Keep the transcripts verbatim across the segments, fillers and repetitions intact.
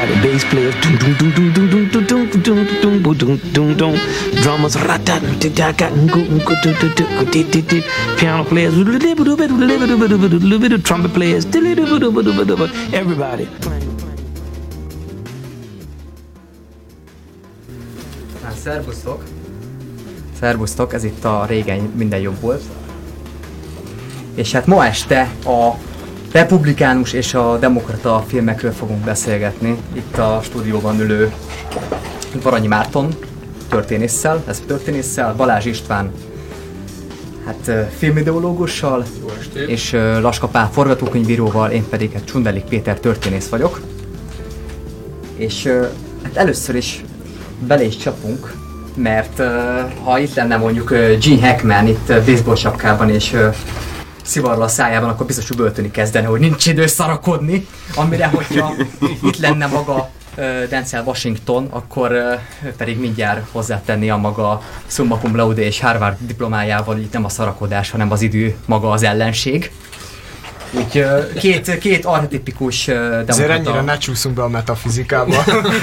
everybody. Bass players, dum dum dum dum dum dum dum dum dum dum dum dum. Drummers, piano players, trumpet players, everybody. Szervusztok! Szervusztok, ez itt a Régen minden jobb volt. És hát ma este a republikánus és a demokrata filmekről fogunk beszélgetni. Itt a stúdióban ülő Baranyi Márton történésszel, ez történésszel, Balázs István hát filmideológussal, és Laska Pál forgatókönyvíróval, én pedig hát Csundelik Péter történész vagyok. És hát először is bele is csapunk, mert uh, ha itt lenne mondjuk uh, Gene Hackman itt uh, baseball sapkában és uh, szivarral a szájában, akkor biztos böltöni kezdene, hogy nincs idő szarakodni, amire hogyha itt lenne maga uh, Denzel Washington, akkor uh, pedig mindjárt hozzátenni a maga summa cum laude és Harvard diplomájával, itt nem a szarakodás, hanem az idő maga az ellenség. Úgy uh, két, két archetipikus uh, demokrata... Azért ennyire ne csúszunk be a metafizikába.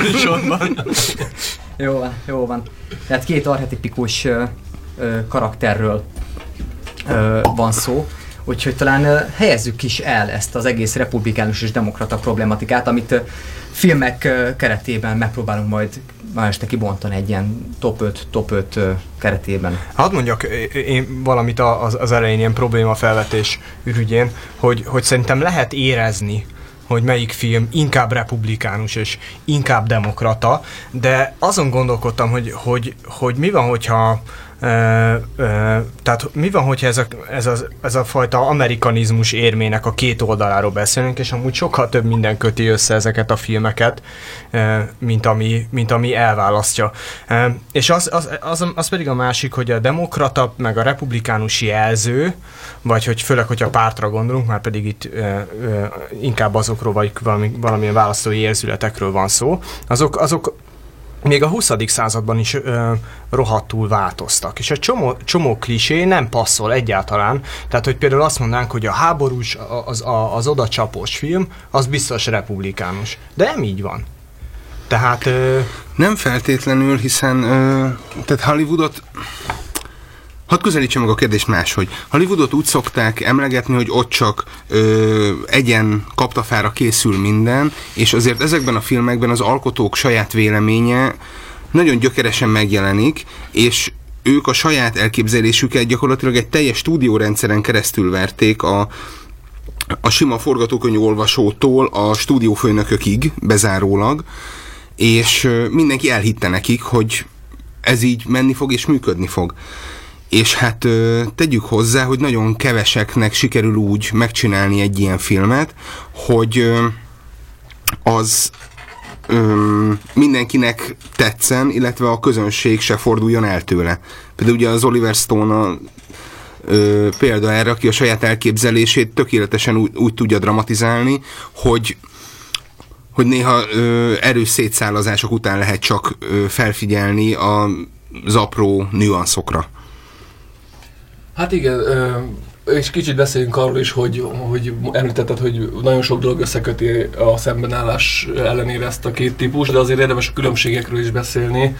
Jó van, jó van. Tehát két archetipikus ö, ö, karakterről ö, van szó, úgyhogy talán ö, helyezzük is el ezt az egész republikánus és demokrata problematikát, amit ö, filmek ö, keretében megpróbálunk majd ma este kibontani egy ilyen top öt, top öt ö, keretében. Hadd mondjak én valamit az, az elején ilyen problémafelvetés ürügyén, hogy, hogy szerintem lehet érezni, hogy melyik film inkább republikánus és inkább demokrata, de azon gondolkodtam, hogy, hogy, hogy mi van, hogyha ö, ö, tehát mi van, hogyha ez a, ez, a, ez a fajta amerikanizmus érmének a két oldaláról beszélünk, és amúgy sokkal több minden köti össze ezeket a filmeket, ö, mint, ami, mint ami elválasztja. Ö, és az, az, az, az pedig a másik, hogy a demokrata meg a republikánus jelző, vagy hogy főleg, hogyha pártra gondolunk, már pedig itt ö, ö, inkább azokról, vagy valami, valamilyen választói érzületekről van szó, azok, azok még a huszadik században is ö, rohadtul változtak. És egy csomó, csomó klisé nem passzol egyáltalán. Tehát, hogy például azt mondanánk, hogy a háborús, az, az, az odacsapós film, az biztos republikánus. De nem így van. Tehát... Ö, nem feltétlenül, hiszen ö, tehát Hollywoodot... Hadd közelítse meg a kérdést máshogy. Hollywoodot úgy szokták emlegetni, hogy ott csak ö, egyen kaptafára készül minden, és azért ezekben a filmekben az alkotók saját véleménye nagyon gyökeresen megjelenik, és ők a saját elképzelésüket gyakorlatilag egy teljes stúdiórendszeren keresztül verték a, a sima forgatókönyv olvasótól a stúdiófőnökökig bezárólag, és ö, mindenki elhitte nekik, hogy ez így menni fog és működni fog. És hát ö, tegyük hozzá, hogy nagyon keveseknek sikerül úgy megcsinálni egy ilyen filmet, hogy ö, az ö, mindenkinek tetszen, illetve a közönség se forduljon el tőle. Például ugye az Oliver Stone a ö, példa erre, aki a saját elképzelését tökéletesen úgy, úgy tudja dramatizálni, hogy hogy néha ö, erős szétszálazások után lehet csak ö, felfigyelni a, az apró nüanszokra. Hát igen, és kicsit beszéljünk arról is, hogy, hogy említetted, hogy nagyon sok dolog összeköti a szembenállás ellenére ezt a két típus, de azért érdemes a különbségekről is beszélni.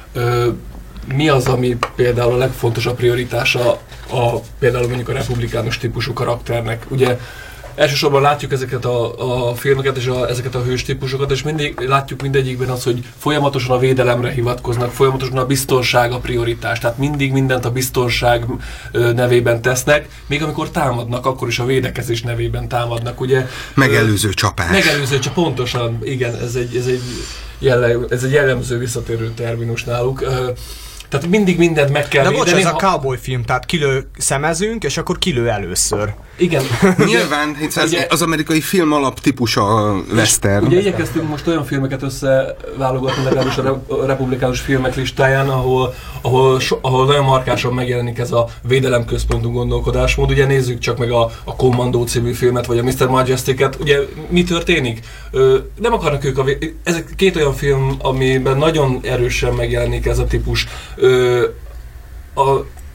Mi az, ami például a legfontosabb prioritása a, például mondjuk a republikánus típusú karakternek? Ugye elsősorban látjuk ezeket a, a filmeket és a, ezeket a hős típusokat, és mindig látjuk mindegyikben az, hogy folyamatosan a védelemre hivatkoznak, folyamatosan a biztonság a prioritás. Tehát mindig mindent a biztonság nevében tesznek, még amikor támadnak, akkor is a védekezés nevében támadnak, ugye? Megelőző csapás. Megelőző csapás, pontosan, igen, ez egy, ez egy, jellem, ez egy jellemző visszatérő terminus náluk. Tehát mindig mindent meg kell de védeni. De bocs, ez ha... a cowboy film, tehát kilő szemezünk, és akkor kilő először. Igen. Nyilván, hiszen ugye, az amerikai film alaptípusa a western. Ugye igyekeztünk most olyan filmeket összeválogatni, legalábbis a republikánus filmek listáján, ahol, ahol, so, ahol nagyon markásan megjelenik ez a védelemközpontú gondolkodásmód. Ugye nézzük csak meg a, a Commando című filmet, vagy a miszter Majestic-et. Ugye mi történik? Ö, nem akarnak ők a... Vé... Ez két olyan film, amiben nagyon erősen megjelenik ez a típus. Ö, a,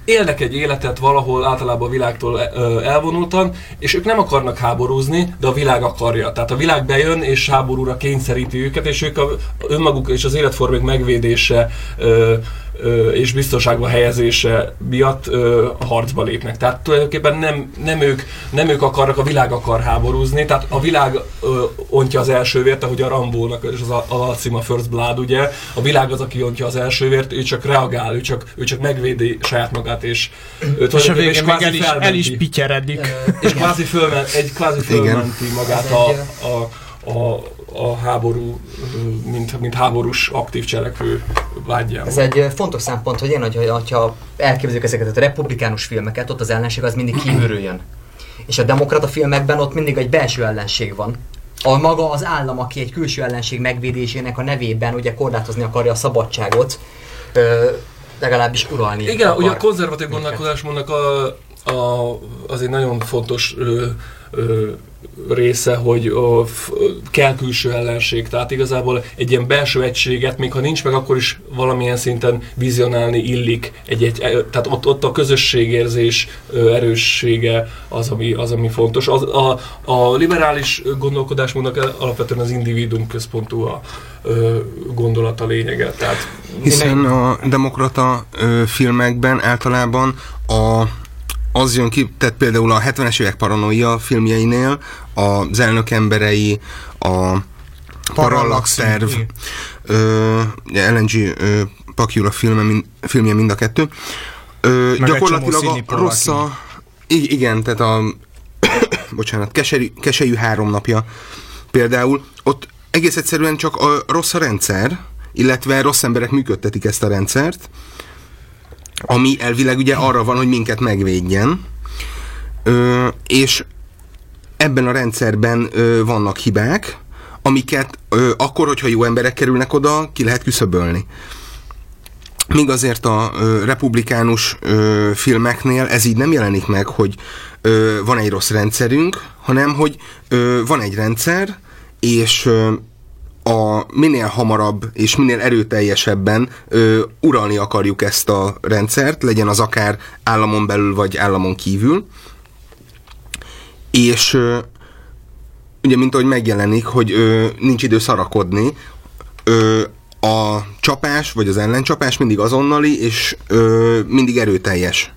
élnek egy életet valahol általában a világtól elvonultan, és ők nem akarnak háborúzni, de a világ akarja. Tehát a világ bejön és háborúra kényszeríti őket, és ők a, önmaguk és az életformák megvédése ö, ö, és biztonságba helyezése miatt ö, harcba lépnek. Tehát tulajdonképpen nem, nem, ők, nem ők akarnak, a világ akar háborúzni, tehát a világ ö, ontja az első vért, ahogy a Rambónak és az alcím First Blood, ugye, a világ az, aki ontja az első vért, ő csak reagál, ő csak, ő csak megvédi saját magát, és őt és a végén még el is, el is pityeredik. És kvázi fölmen, egy kvázi fölmenti magát a, a, a, a háború, mint, mint háborús aktív cselekvő vágyjával. Ez egy fontos szempont, hogy én, hogyha elképzeljük ezeket a republikánus filmeket, ott az ellenség az mindig kívülről jön. És a demokrata filmekben ott mindig egy belső ellenség van. A maga az állam, aki egy külső ellenség megvédésének a nevében ugye korlátozni akarja a szabadságot, ö, legalábbis uralni. Igen, ugye a konzervatív gondolkodásmódnak a, a, az egy nagyon fontos ö, ö, része, hogy ö, f, kell külső ellenség, tehát igazából egy ilyen belső egységet, még ha nincs meg, akkor is valamilyen szinten vizionálni illik, egy, egy, tehát ott, ott a közösségérzés ö, erőssége az, ami, az, ami fontos. Az, a, a liberális gondolkodásmódnak alapvetően az individuum központú a ö, gondolata lényege. Tehát hiszen a demokrata ö, filmekben általában a az jön ki, tehát például a hetvenes évek paranoia filmjeinél az elnök emberei, a Parallax terv, Ellen G. Pakula filmje, filmje mind a kettő. Ö, gyakorlatilag a rossz a... Igen, tehát a... bocsánat, keserű, keserű három napja például, ott egész egyszerűen csak a rossz a rendszer, illetve rossz emberek működtetik ezt a rendszert, ami elvileg ugye arra van, hogy minket megvédjen, ö, és ebben a rendszerben ö, vannak hibák, amiket ö, akkor, hogyha jó emberek kerülnek oda, ki lehet küszöbölni. Míg azért a ö, republikánus ö, filmeknél ez így nem jelenik meg, hogy ö, van egy rossz rendszerünk, hanem, hogy ö, van egy rendszer, és ö, a minél hamarabb és minél erőteljesebben ö, uralni akarjuk ezt a rendszert, legyen az akár államon belül vagy államon kívül. És ö, ugye, mint ahogy megjelenik, hogy ö, nincs idő szarakodni, ö, a csapás vagy az ellencsapás mindig azonnali és ö, mindig erőteljes.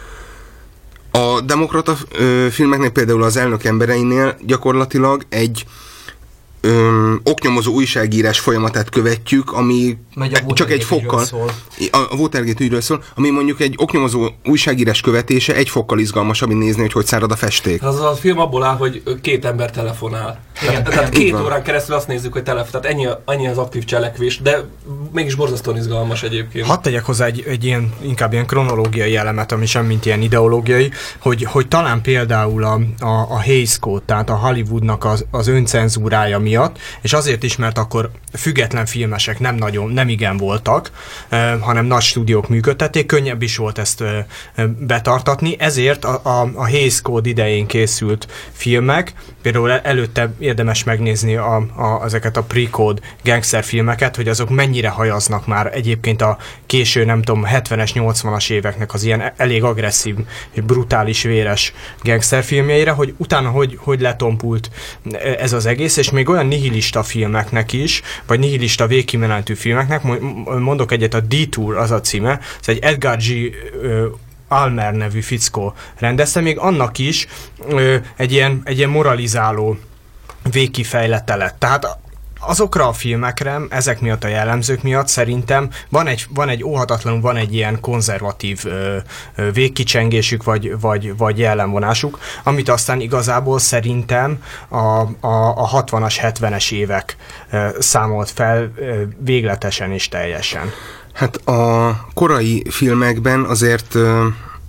A demokrata ö, filmeknél, például az elnök embereinél gyakorlatilag egy Öm, oknyomozó újságírás folyamatát követjük, ami csak egy fokkal szól. A Watergate ügyről szól, ami mondjuk egy oknyomozó újságírás követése egy fokkal izgalmasabb, mint nézni, hogy hogy szárad a festék. Az a film abból áll, hogy két ember telefonál. Igen, tehát két órán keresztül azt nézzük, hogy telefon. Tehát ennyi, ennyi az aktív cselekvés, de mégis borzasztóan izgalmas egyébként. Hadd tegyek hozzá egy, egy ilyen, inkább ilyen kronológiai elemet, ami sem mint ilyen ideológiai, hogy, hogy talán például a, a, a Hays Code, tehát a Hollywoodnak az, az öncenzúrája miatt, és azért is, mert akkor független filmesek nem nagyon, nem igen voltak, eh, hanem nagy stúdiók működtették, könnyebb is volt ezt eh, betartatni, ezért a, a, a Hays Code idején készült filmek, például előtte érdemes megnézni a, a, ezeket a pre-code gangster filmeket, hogy azok mennyire hajaznak már egyébként a késő, nem tudom, hetvenes, nyolcvanas éveknek az ilyen elég agresszív, brutális, véres gangster filmjeire, hogy utána hogy, hogy letompult ez az egész, és még olyan nihilista filmeknek is, vagy nihilista végkimenetű filmeknek, mondok egyet, a Detour az a címe, ez egy Edgar G. Ulmer nevű fickó rendezte, még annak is ö, egy, ilyen, egy ilyen moralizáló végkifejlete lett. Tehát azokra a filmekre, ezek miatt a jellemzők miatt szerintem van egy, van egy óhatatlanul van egy ilyen konzervatív ö, ö, végkicsengésük, vagy, vagy, vagy jellemvonásuk, amit aztán igazából szerintem a, a, a hatvanas, hetvenes évek ö, számolt fel ö, végletesen és teljesen. Hát a korai filmekben azért ö,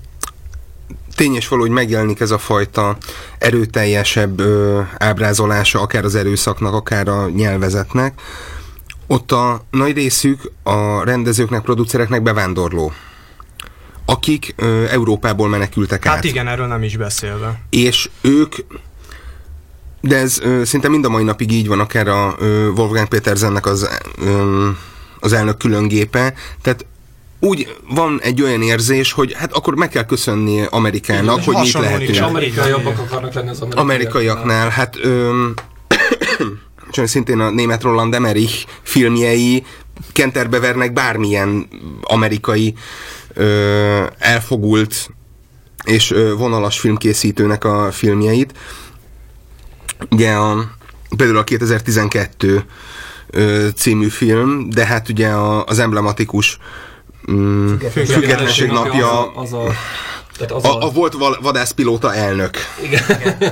tényes való, hogy megjelenik ez a fajta erőteljesebb ö, ábrázolása, akár az erőszaknak, akár a nyelvezetnek. Ott a nagy részük a rendezőknek, producereknek bevándorló, akik ö, Európából menekültek hát át. Hát igen, erről nem is beszélve. És ők, de ez ö, szinte mind a mai napig így van, akár a ö, Wolfgang Petersennek az, ö, az elnök különgépe, tehát úgy van egy olyan érzés, hogy hát akkor meg kell köszönni Amerikának, és hogy mi itt hasonlulni lehetünk. kell. Amerikaiabbak akarnak lenni az amerikaiak. Amerikaiaknál, hát öm, csak szintén a német Roland Emmerich filmjei kenterbe vernek bármilyen amerikai ö, elfogult és ö, vonalas filmkészítőnek a filmjeit. Ugye a, például a kétezer-tizenkettő ö, című film, de hát ugye a, az emblematikus mm, Függetlenség napja, az a, tehát az a, a volt vadászpilóta elnök. Igen.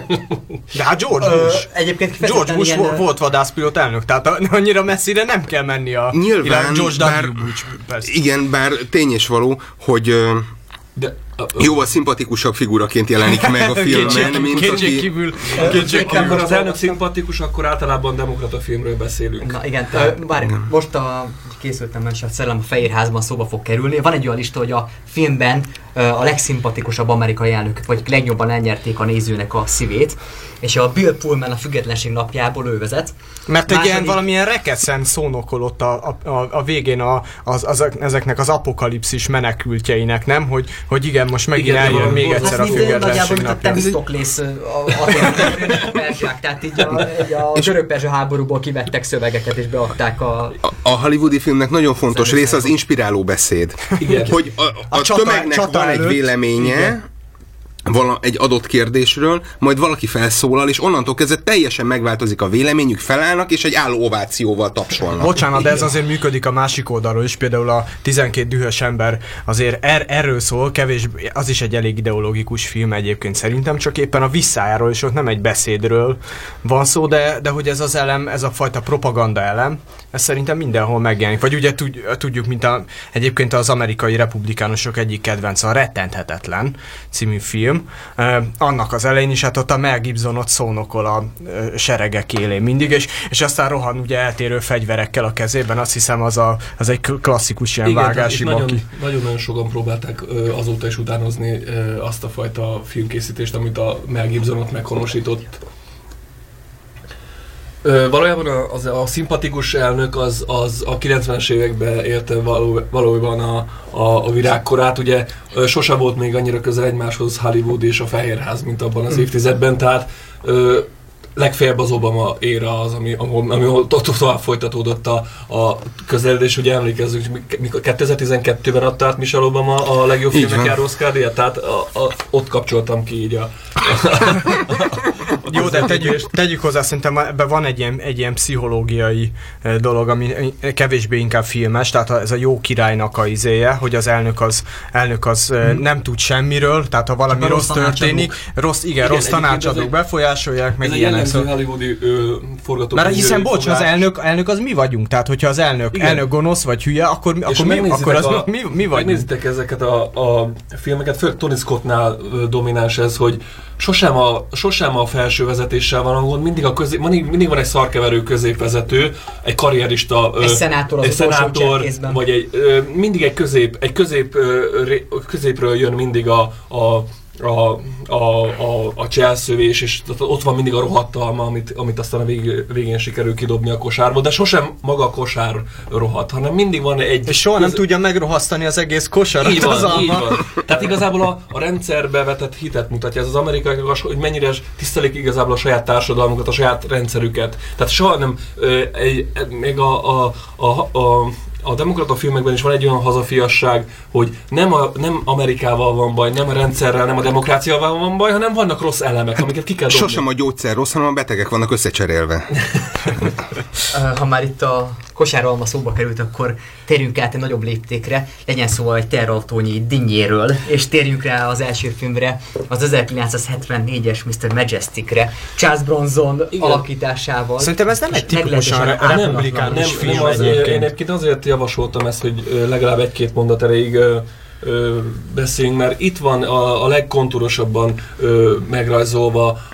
De hát George Ö, Bush. egyébként George Bush ilyen, vo- volt vadászpilóta elnök, tehát a- annyira messzire nem kell menni a... Nyilván, illetve George bár, W. Bush, persze. igen, bár tény és való, hogy ö, De, a, a, jóval szimpatikusabb figuraként jelenik meg a filmben, mint Kétség aki... kívül, kétség Amikor kívül. az elnök szimpatikus, akkor általában demokrata filmről beszélünk. Na igen, tehát, bár most a, készültem, mert a Szellem a Fehérházban szóba fog kerülni. Van egy olyan lista, hogy a filmben a legszimpatikusabb amerikai elnökök, vagy legjobban elnyerték a nézőnek a szívét, és a Bill Pullman a Függetlenség napjából ő vezet. Mert egy Második- ilyen valamilyen rekeszen szónokolott a, a, a, a végén a, az, az, ezeknek az apokalipszis menekültjeinek, nem? Hogy, hogy igen, most megint Igen, eljön valami még volt. egyszer Hát a mint nagyjából, Függetlenség mint a napja. Temistoklész a Atén perzsák, tehát így a, így a görög-perzsa háborúból kivettek szövegeket és beadták a... A, a hollywoodi filmnek nagyon fontos része az inspiráló beszéd. Igen. Hogy a, a, A csata- tömegnek csata van egy előtt, véleménye, igen. vala, egy adott kérdésről, majd valaki felszólal, és onnantól kezdve teljesen megváltozik a véleményük, felállnak, és egy álló ovációval tapsolnak. Bocsánat, de ez azért működik a másik oldalról is, például a tizenkét dühös ember azért er, erről szól, kevés, az is egy elég ideológikus film egyébként szerintem, csak éppen a visszájáról, és ott nem egy beszédről van szó, de, de hogy ez az elem, ez a fajta propaganda elem, ez szerintem mindenhol megjelenik. Vagy ugye tud, tudjuk, mint a, egyébként az amerikai republikánusok egyik kedvence, a Rettenthetetlen című film, Uh, annak az elején is, hát ott a Mel Gibson ott szónokol a uh, seregek élén mindig, és, és aztán rohan ugye eltérő fegyverekkel a kezében, azt hiszem az, a, az egy klasszikus ilyen Igen, vágási és baki. nagyon-nagyon sokan próbálták ö, azóta is utánozni ö, azt a fajta filmkészítést, amit a Mel Gibsonot meghonosított. Ö, valójában a, az, a szimpatikus elnök az, az a kilencvenes években érte való, valójában a, a, a virágkorát. Ugye ö, sose volt még annyira közel egymáshoz Hollywood és a Fehérház, mint abban az évtizedben, tehát ö, legfeljebb az Obama éra az, ami, ami, ami tovább folytatódott a, a közeledés. Ugye emlékezzük, mikor kétezer-tizenkettőben adta át Michelle Obama a legjobb Így filmek van. járó Oscar-díjat, tehát a, a, ott kapcsoltam ki így a... Jó, de tegyük, tegyük hozzá, szerintem ebben van egy ilyen, egy ilyen pszichológiai eh, dolog, ami kevésbé inkább filmes, tehát a- ez a jó királynak a izéje, hogy az elnök az, elnök az eh, nem tud semmiről, tehát ha valami Csak a rossz rossz történik, rossz, igen, Igen, rossz egyébként tanácsadók ez egy- befolyásolják, meg Ez egy ilyenek. jellemző Szóval, hollywoodi ö, forgatókönyv. mert hiszen, bocs, az fogás. elnök, elnök az mi vagyunk, tehát hogyha az elnök, Igen. elnök gonosz vagy hülye, akkor, És akkor, mi, megnézitek akkor az a- mi, mi vagyunk. Megnézitek ezeket a, a filmeket, főleg Tony Scottnál ö, domináns ez, hogy sosem a, sosem a felső vezetéssel van a gond, mindig, a közé, mindig, mindig van egy szarkeverő középvezető, egy karrierista, ö, Egy szenátor az egy utolsó szenátor, cserkészben. vagy egy, ö, mindig egy közép, egy közép, ö, ré, középről jön mindig a, a a, a, a, a cselszövés, és ott van mindig a rohadtalma, amit, amit aztán a vég, végén sikerül kidobni a kosárba, de sosem maga a kosár rohadt, hanem mindig van egy... És soha nem tudja megrohasztani az egész kosarat Így az van, így alma. van. Tehát igazából a, a rendszerbe vetett hitet mutatja ez az amerikaiak, hogy mennyire tisztelik igazából a saját társadalmukat, a saját rendszerüket. Tehát soha nem, ö, egy, még a, a, a, a a demokrata filmekben is van egy olyan hazafiasság, hogy nem, a, nem Amerikával van baj, nem a rendszerrel, nem a demokráciával van baj, hanem vannak rossz elemek, amiket ki kell dobni. Sosem a gyógyszer rossz, hanem a betegek vannak összecserélve. Ha már itt a kosáralma szóba került, akkor térjünk át egy nagyobb léptékre, legyen szó egy terrautónyi dinnyéről, és térjünk rá az első filmre, az ezerkilencszázhetvennégyes miszter Majestic-re, Charles Bronson Igen. alakításával. Szerintem ez nem egy És tipikusan meglehetősen re- Nem, republikánus nem, film nem az, egyébként. én egyébként azért javasoltam ezt, hogy ö, legalább egy-két mondat erejéig ö, ö, beszéljünk, mert itt van a, a legkontúrosabban ö, megrajzolva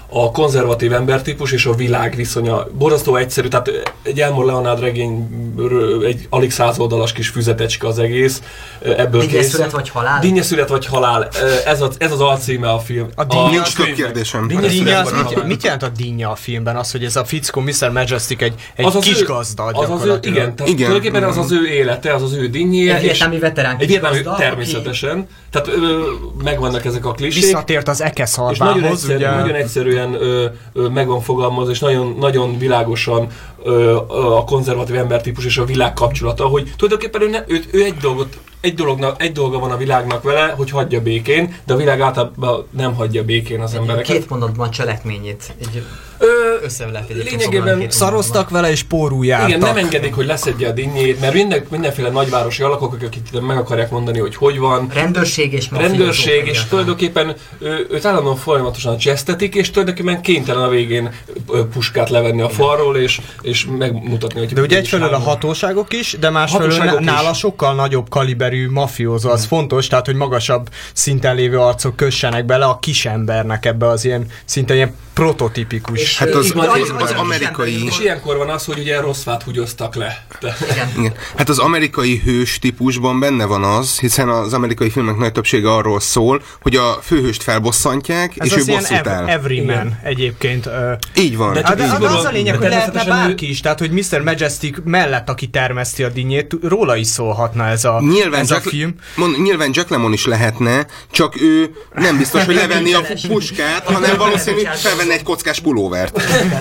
a konzervatív embertípus és a világ viszonya. Borzasztó egyszerű, tehát egy Elmore Leonard regény, egy alig száz oldalas kis füzetecske az egész. Ebből Dinnye szület vagy halál? Dinnye szület vagy halál. Ez az, ez az alcíme a film. A Dinnye Nincs több kérdésem. Dinnye, Dinnye az mit, mit jelent a Dinnye a filmben? Az, hogy ez a fickó miszter Majestic egy, egy az az kis ő, gazda az az ő, gyakorlatilag. igen, tehát Igen. tulajdonképpen az az ő élete, az az ő dinnyéje. Egy vietnámi veterán Egy vietnámi, gazda, természetesen. Tehát ö, megvannak ezek a klisék. Visszatért az És ekeszarvához. nagyon, egyszerű, ugye... nagyon egyszerűen ö, ö, meg van fogalmazva, és nagyon, nagyon világosan ö, a konzervatív embertípus és a világ kapcsolata, hogy tulajdonképpen ő, ne, ő, ő egy dolgot Egy, dolognak, egy dolga van a világnak vele, hogy hagyja békén, de a világ általában nem hagyja békén az embereket. Két mondatban cselekményét. Egy össze lehet egy lényegében szaroztak vele és pórul jártak. Igen, nem engedik, hogy leszedje a dinnyét, mert minden, mindenféle nagyvárosi alakok, akik meg akarják mondani, hogy hogy van. Rendőrség és Rendőrség, és tulajdonképpen ő, őt állandóan folyamatosan csesztetik, és tulajdonképpen kénytelen a végén puskát levenni a falról, és, és megmutatni, hogy... De ugye egyfelől a hatóságok is, de másfelől nála sokkal nagyobb kaliberű mafiózó, az fontos, tehát hogy magasabb szinten lévő arcok kössenek bele a kisembernek ebbe az ilyen szinte ilyen prototipikus. És hát az, az, az, az amerikai... És ilyenkor van az, hogy ugye rossz fát húgyoztak le. Igen. Igen. Hát az amerikai hős típusban benne van az, hiszen az amerikai filmek nagy többsége arról szól, hogy a főhőst felbosszantják, ez és az ő bosszút ev- áll. Egyébként egyébként. Uh, Így van. De, de, de, de az a lényeg, hogy lehetne bárki ő... is, tehát hogy miszter Majestic mellett, aki termeszti a dinnyét, róla is szólhatna ez a, nyilván ez Jack, a film. Mond, nyilván Jack Lemmon is lehetne, csak ő nem biztos, hogy levenni a puskát, hanem valószínű felvenni egy kockás pulóvert.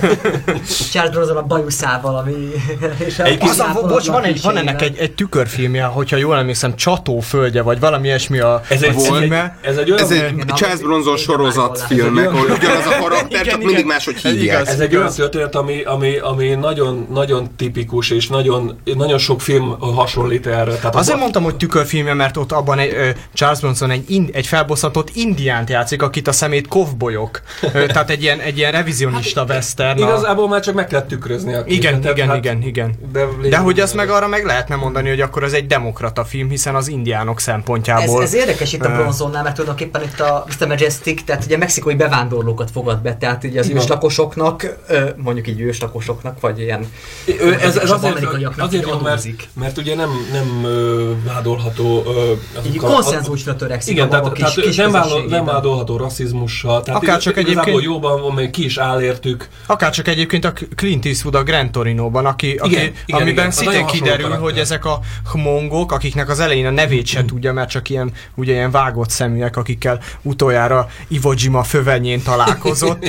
Charles Bronson a bajuszával, ami... Egy az a, bocs, van, egy, van ennek egy, egy tükörfilmje, hogyha jól emlékszem, Csatóföldje, vagy valami ilyesmi a ez egy címe. Ez egy, olyan, ez egy Charles Bronson sorozatfilmek, ahol ugyanaz a karakter, csak mindig máshogy hívják. Ez egy olyan történet, ami, ami, ami nagyon, nagyon tipikus, és nagyon, nagyon sok film hasonlít erre. Tehát azért abban... mondtam, hogy tükörfilmje, mert ott abban egy, ö, Charles Bronson egy, in, egy felbosszantott indiánt játszik, akit a szemét kovbolyok. Ö, tehát egy ilyen, egy ilyen revizionista hát, western. Igazából már csak meg kellett tükrözni a képet. Igen, igen, hát, igen, igen. De, de hogy azt meg arra meg lehetne mondani, hogy akkor az egy demokrata film, hiszen az indiánok szempontjából... Ez, ez érdekes itt a Bronsonnál, mert tulajdonképpen itt a miszter Majestic, tehát ugye mexikói bevándorlókat fogad be, tehát ugye az őslakosoknak, mondjuk így őslakosoknak, vagy ilyen... Ő, ez, ez azért, azért van, mert, mert ugye nem, nem ö, vádolható... Ö, így konszenzusra törekszik igen, a maga tehát, kis, kis nem, vádol, nem vádolható rasszizmussal. Tehát akárcsak egyébként... jóban van, még ki is áll értük. Akárcsak egyébként a Clint Eastwood a Gran Torino-ban, aki, aki, igen, igen, amiben igen, szintén kiderül, hogy ezek a hmongok, akiknek az elején a nevét se tudja, mert csak ilyen, ugye ilyen vágott szeműek, akikkel utoljára Iwo Jima fövenyén találkozott.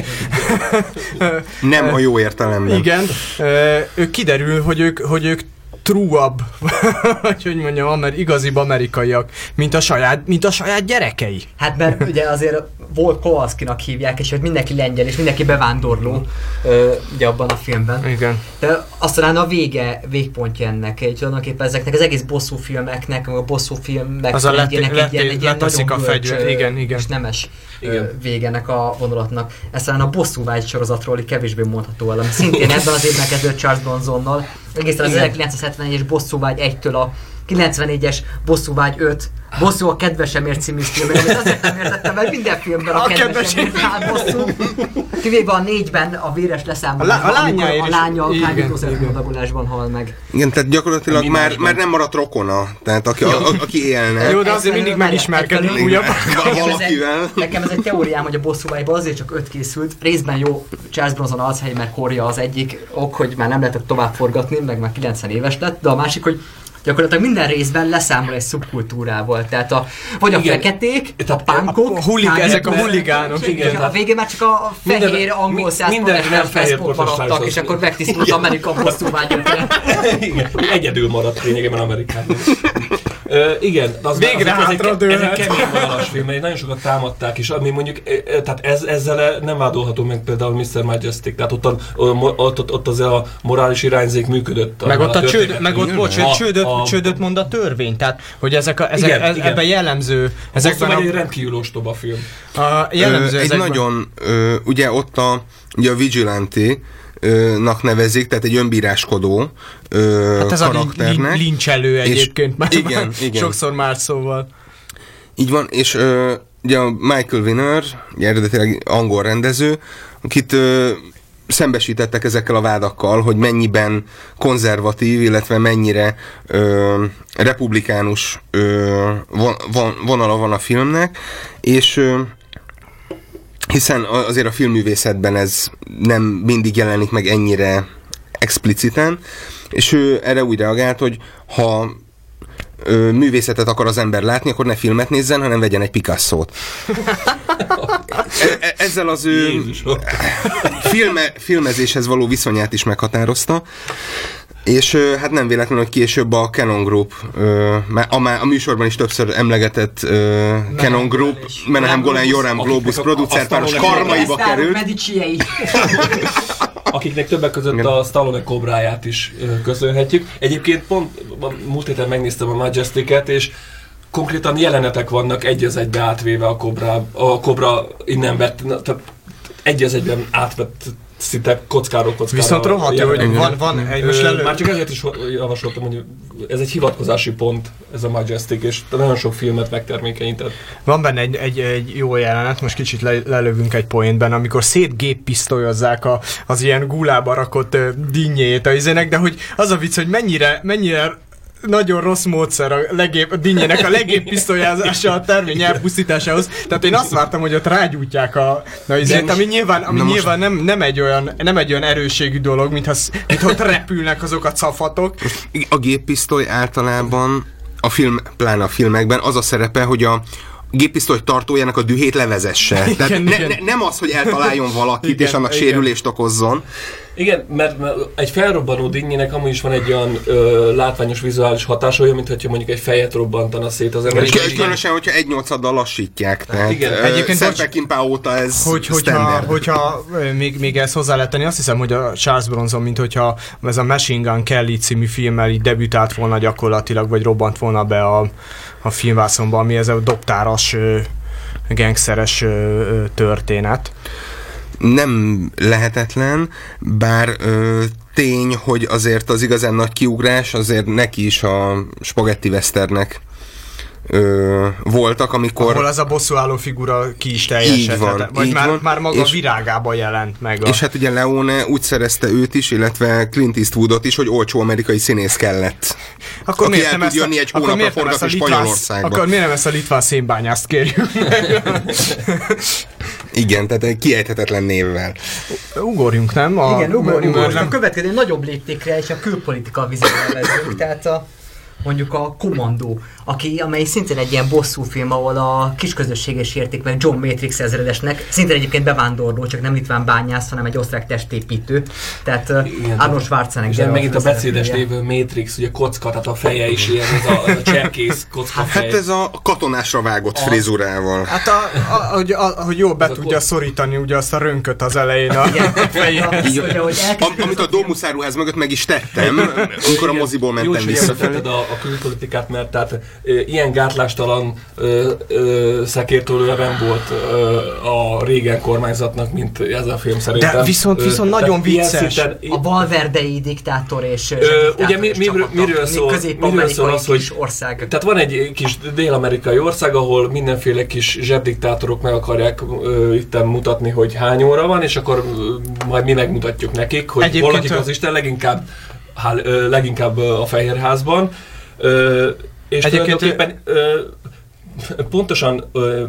Nem a jó értelemben. Igen. Ők kiderül, hogy ők, hogy ők true-abb, vagy hogy mondjam, amer, igazibb amerikaiak, mint a saját, mint a saját gyerekei. Hát mert ugye azért Volt Kowalskinak hívják, és hogy mindenki lengyel, és mindenki bevándorló ö, ugye abban a filmben. Igen. De aztán a vége, végpontja ennek, egy tulajdonképpen ezeknek az egész bosszú filmeknek, a bosszú filmek az a lett, egy ilyen, egy ilyen nagyon a fegyver, igen, igen. és nemes igen. végenek a vonulatnak. Aztán a Bosszúvágy sorozatról kevésbé mondható el, ami szintén ebben az évben kezdődött Charles Bronsonnal. Egészen az ezerkilencszázhetvenegyes Bosszúvágy egytől a kilencvennégyes Bosszúvágy öt, Bosszú a kedvesemért című film. Én azért nem értettem, mert minden filmben a, a kedvesemért áll bosszú. Kivéve a négyben a véres leszámolásban, a, amikor a lánya a igen, kábítószermódagolásban hal meg. Igen, tehát gyakorlatilag már, már nem maradt rokona, tehát aki, a, a, aki élne. Jó, de azért mindig megismerkedik újabb. Valakivel. Nekem ez egy teóriám, hogy a Bosszúvágyban azért csak öt készült. Részben jó, Charles Bronson Alzheimer kórja az egyik ok, hogy már nem lehetett tovább forgatni, meg már kilencven éves lett, de a másik, hogy gyakorlatilag minden részben leszámol egy szubkultúrával, tehát a, vagy a igen. feketék, a pánkok, a hulig, ezek a huligánok, igen. A végén már csak a fehér minden, angol száz feszkok maradtak, és akkor megtisztult Amerika Bosszúvágyra. Igen, egyedül maradt lényegében Amerikában. Uh, igen, az végre az, az, hátra egy, ez egy kemény vonalas film, nagyon sokat támadták, és ami mondjuk, tehát ez, ezzel nem vádolható meg például miszter Majestic, tehát ott, a, ott, ott, ott az a morális irányzék működött. Meg ott, a a csőd, meg ott bocs, a, csődöt, a, csődöt mond a törvény, tehát hogy ezek a, ezek, igen, ez, igen. ebben jellemző. Ezekben a, egy rendkívül ostoba film. A jellemző ö, egy ezekben. nagyon, ö, ugye ott a, ugye a vigilante nak nevezik, tehát egy önbíráskodó ö, hát ez karakternek. a lincselő egyébként, már igen, igen. sokszor más szóval. Így van, és ö, ugye a Michael Winner, eredetileg angol rendező, akit ö, szembesítettek ezekkel a vádakkal, hogy mennyiben konzervatív, illetve mennyire ö, republikánus ö, von, von, vonala van a filmnek, és ö, hiszen azért a filmművészetben ez nem mindig jelenik meg ennyire expliciten, és ő erre úgy reagált, hogy ha ö, művészetet akar az ember látni, akkor ne filmet nézzen, hanem vegyen egy Picasso-t. E- ezzel az ő filme, filmezéshez való viszonyát is meghatározta, és ö, hát nem véletlen, hogy később a Cannon Group, ö, a, a műsorban is többször emlegetett ö, Cannon Group, Menahem Golan Joram Globus producerpáros karmaiba került. Akiknek többek között a Stallone kobráját is ö, köszönhetjük. Egyébként pont múlt héten megnéztem a Majestic-et, és konkrétan jelenetek vannak egy az egybe átvéve a Cobra, a Cobra innen vett, tehát egy az egyben átvett szinte kockáról kockára. Viszont rohadt jó, hogy van, van egy most lelő... Már csak ezért is javasoltam, hogy ez egy hivatkozási pont, ez a Majestic, és nagyon sok filmet megtermékenyített. Van benne egy, egy, egy jó jelenet, most kicsit le, lelövünk egy poéntben, amikor szétgéppisztolyozzák a, az ilyen gulába rakott uh, dinnyét a izének, de hogy az a vicc, hogy mennyire, mennyire nagyon rossz módszer a, legép, a dinnyének a legéppisztolyázása a termény elpusztításához. Tehát én azt vártam, hogy ott rágyújtják a na, izét, ami nyilván, ami nyilván nem, nem, egy olyan, nem egy olyan erősségű dolog, mintha, mintha ott repülnek azok a cafatok. A géppisztoly általában a film, pláne a filmekben az a szerepe, hogy a géppisztoly tartójának a dühét levezesse. Igen, Tehát ne, ne, nem az, hogy eltaláljon valakit, igen, és annak igen. sérülést okozzon. Igen, mert, mert egy felrobbanó dinnyének amúgy is van egy olyan ö, látványos vizuális hatása, olyan, mint hogyha mondjuk egy fejet robbantana szét az ember. És különösen, hogyha egy nyolcaddal lassítsák. Tehát igen. Szempekinpá óta ez hogy, hogyha, hogyha még, még ezt hozzá lehet tenni, azt hiszem, hogy a Charles Bronson, mint hogyha ez a Machine Gun Kelly című filmmel így debütált volna gyakorlatilag, vagy robbant volna be a, a filmvászonba, ami ez a doktáros, gangsteres történet. Nem lehetetlen, bár ö, tény, hogy azért az igazán nagy kiugrás azért neki is a Spaghetti Westernek ö, voltak, amikor... Ahol az a bosszúálló figura ki is teljesedett, vagy már, van, már maga és, virágában jelent meg. A... És hát ugye Leone úgy szerezte őt is, illetve Clint Eastwoodot is, hogy olcsó amerikai színész kellett. Akkor aki miért el nem tud jönni egy hónapra forgatni Spanyolországba. Akkor miért nem ezt a litván szénbányászt kérjük meg? Igen, tehát egy kiejthetetlen névvel. Ugorjunk, nem? A, Igen, ugorjunk. m- Most nem... a következő nagyobb léptékre és a külpolitika vizével lezünk. Tehát a, mondjuk a Kommandó, aki, amely szintén egy ilyen bosszúfilm, ahol a kisközösséges érték meg John Matrix ezredesnek, szintén egyébként bevándorló, csak nem litván bányász, hanem egy osztrák testépítő. Tehát igen, Arnold Schwarzenegger. És megint a beszédes lévő Matrix, ugye kocka, tehát a feje is ilyen, ez a, a cserkész kocka hát, fej. Hát ez a katonásra vágott a... frizurával. Hát a, a, hogy, a, hogy jól be ez tudja szorítani ugye azt a rönköt az elején a fején. Am, amit a Dómuszáruház mögött meg is tettem, amikor a moziból mentem vissza. A, a külpolitikát, mert tehát e, ilyen gátlástalan e, e, szekértől nem volt e, a régen kormányzatnak, mint ez a film szerintem. De viszont, viszont e, nagyon vicces. Szinten, a valverdei diktátor és e, ugye mi, mi, miről szól, miről szól az, hogy ország. Tehát van egy kis dél-amerikai ország, ahol mindenféle kis zsebdiktátorok meg akarják e, itten mutatni, hogy hány óra van, és akkor e, majd mi megmutatjuk nekik, hogy egyébként hol lakik az Isten, leginkább Hál, ö, leginkább ö, a Fehérházban, ö, és tulajdonképpen ö, pontosan, ö,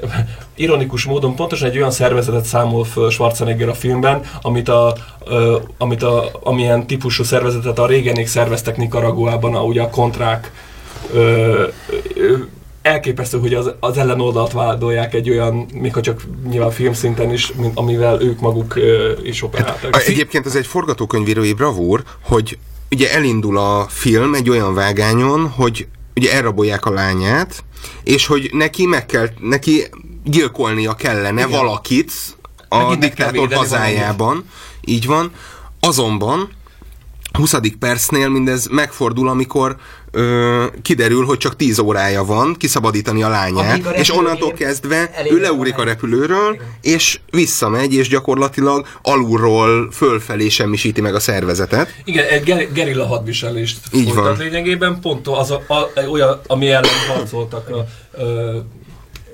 ironikus módon pontosan egy olyan szervezetet számol föl Schwarzenegger a filmben, amit a, ö, amit a, amilyen típusú szervezetet a Reaganék szerveztek Nicaraguában, ahogy a kontrák. Ö, ö, elképesztő, hogy az, az ellenoldalt vádolják egy olyan, még ha csak nyilván filmszinten is, mint amivel ők maguk ö, is operáltak. Hát, egyébként ez egy forgatókönyvírói bravúr, hogy ugye elindul a film egy olyan vágányon, hogy ugye elrabolják a lányát, és hogy neki meg kell, neki gyilkolnia kellene igen. valakit a megint diktátor hazájában. Valami. Így van. Azonban huszadik percnél mindez megfordul, amikor ö, kiderül, hogy csak tíz órája van kiszabadítani a lányát, a és onnantól kezdve ő leúrik a repülőről, igen. és visszamegy, és gyakorlatilag alulról fölfelé semmisíti meg a szervezetet. Igen, egy ger- gerilla hadviselést folytat lényegében, pont az a, a, olyan, ami ellen harcoltak a, a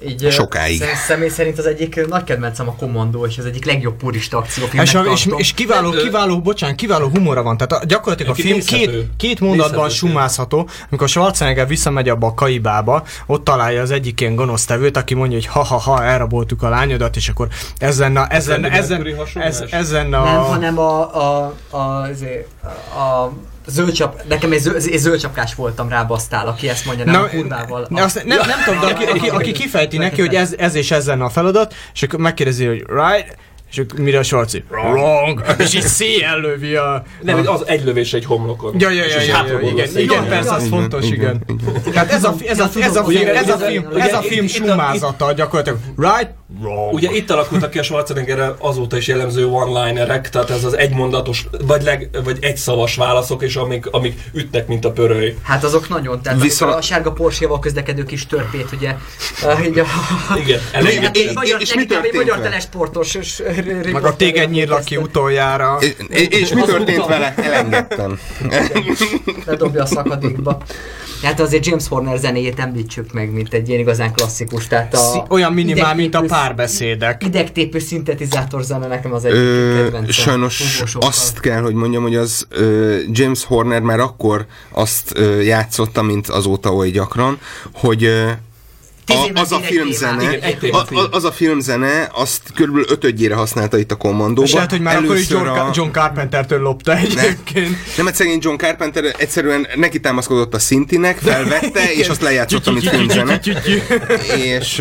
így sokáig. Szem, személy szerint az egyik nagy kedvencem a Kommandó, és az egyik legjobb purista akciófilmnek és, tartom. és, és kiváló, kiváló, bocsánat, kiváló humora van. Tehát a, gyakorlatilag a film két, két mondatban sumázható, amikor Schwarzenegger visszamegy abba a kaibába, ott találja az egyik ilyen gonosztevőt, aki mondja, hogy ha-ha-ha, elraboltuk a lányodat, és akkor ezen a... Ezen, ezen, ezen, ezen a... Nem, hanem a... a, a, a, a zöldcsap, nekem egy, zöld, egy zöldcsapkás voltam, rábasztál, aki ezt mondja, nem, a kurvával. Ne, azt nem, nem tudom, de aki, aki, aki kifejti neki, hogy ez, ez és ez lenne a feladat, és akkor megkérdezi, hogy right, és akkor mire a Schwarzi? Wrong! És így széjjel lövi a... Nem, a... az egy lövés egy homlokon. Ja, ja, ja, ja, ja, igen, igen, persze, az fontos, igen. Tehát ez a, ez a, ez a film, ez a film, ez a film sumázata gyakorlatilag, right? Wrong. Ugye itt alakultak ki a Schwarzeneggerre azóta is jellemző one-linerek, tehát ez az egymondatos, vagy, leg, vagy egyszavas válaszok, és amik, amik ütnek, mint a pöröly. Hát azok nagyon, tehát Viszont... a sárga Porsche-val közlekedő kis törpét, ugye. Uh, a... Igen. Egy, egy, magyar, és mi történt magyar telesportos. Meg a téged nyírlak ki utoljára. És, és, és mi történt vele? Elengedtem. Ledobja a szakadékba. Hát azért James Horner zenéjét említsük meg, mint egy ilyen igazán klasszikus. Tehát a olyan minimál, mint a párbeszédek. Idegtépő szintetizátor zene nekem az egyik kedvencem. Sajnos azt kell, hogy mondjam, hogy az ö, James Horner már akkor azt ö, játszotta, mint azóta oly gyakran, hogy ö, A, az a filmzene, a, a, az a filmzene, azt körülbelül ötödjére használta itt a Kommandóban. És lehet, hogy már akkor is John, a... John Carpentertől lopta egyébként. Nem, nem egy szegény John Carpenter egyszerűen neki támaszkodott a szintinek, felvette, és azt lejátszotta, mint filmzene. És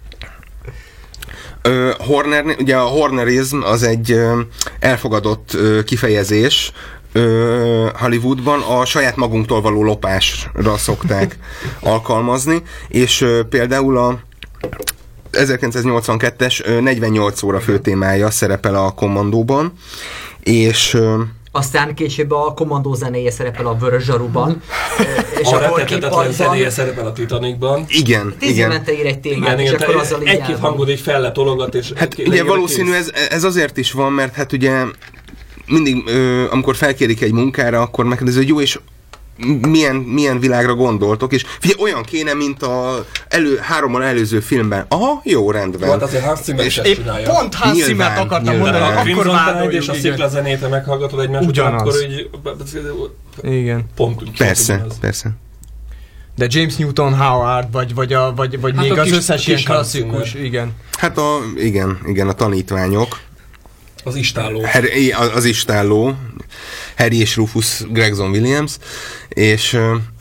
uh, Horner, ugye a Hornerizm az egy uh, elfogadott uh, kifejezés, Ö, Hollywoodban a saját magunktól való lopásra szokták alkalmazni, és ö, például a ezerkilencszáznyolcvankettes ö, negyvennyolc óra főtémája szerepel a Kommandóban, és ö, aztán később a Kommandó zenéje szerepel a Vörös Zsaruban. És a rettetetlen zenéje szerepel a Titanicban. Igen, Tíz igen. évente ír egy témát, igen, és igen, akkor azzal így egy-két hangot így fel lett tologat, és... Hát ugye valószínű ez, ez azért is van, mert hát ugye mindig, ö, amikor felkérik egy munkára, akkor megkérdezi, hogy jó, és milyen, milyen világra gondoltok, és figyelj, olyan kéne, mint a elő, hárommal előző filmben. Aha, jó, rendben. Hát azért Hans Zimmer is ezt csinálja. Pont Hans Zimmert akartam mondani, a akkor vádoljuk. És a Szikla zenét, meghallgatod egymást, ugyanaz. Akkor így... Igen. Pont úgy. Persze, pont persze. De James Newton Howard, vagy, vagy, a, vagy, vagy hát még az kis, összes ilyen klasszikus, igen. Hát a, igen, igen, a tanítványok. Az istálló. Harry, az istálló. Harry és Rufus Gregson Williams. És...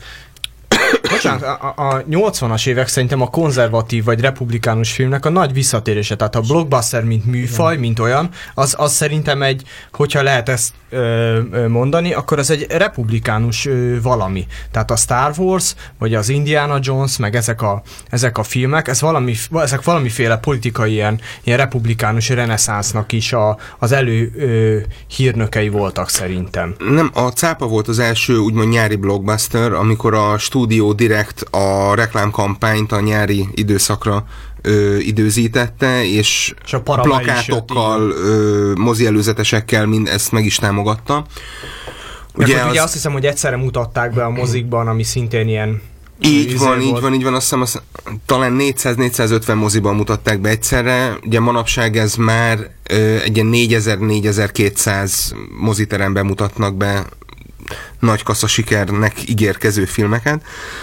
Bocsánat, a, a nyolcvanas évek szerintem a konzervatív vagy republikánus filmnek a nagy visszatérése, tehát a blockbuster, mint műfaj, mint olyan, az, az szerintem egy, hogyha lehet ezt ö, ö, mondani, akkor az egy republikánus ö, valami. Tehát a Star Wars, vagy az Indiana Jones, meg ezek a, ezek a filmek, ez valami, ezek valamiféle politikai ilyen, ilyen republikánus reneszánsznak is a, az elő ö, hírnökei voltak szerintem. Nem, a cápa volt az első úgymond nyári blockbuster, amikor a stúdió direkt a reklámkampányt a nyári időszakra ö, időzítette, és, és plakátokkal, ö, mozi előzetesekkel mind ezt meg is támogatta. Ugye, az... ugye azt hiszem, hogy egyszerre mutatták be a mozikban, ami szintén ilyen... Így van, így van, így van, azt hiszem, azt, talán négyszáz-négyszázötven moziban mutatták be egyszerre, ugye manapság ez már ö, egy ilyen négyezer-négyezer-kétszáz moziteremben mutatnak be nagy kassza sikernek ígérkező filmeket.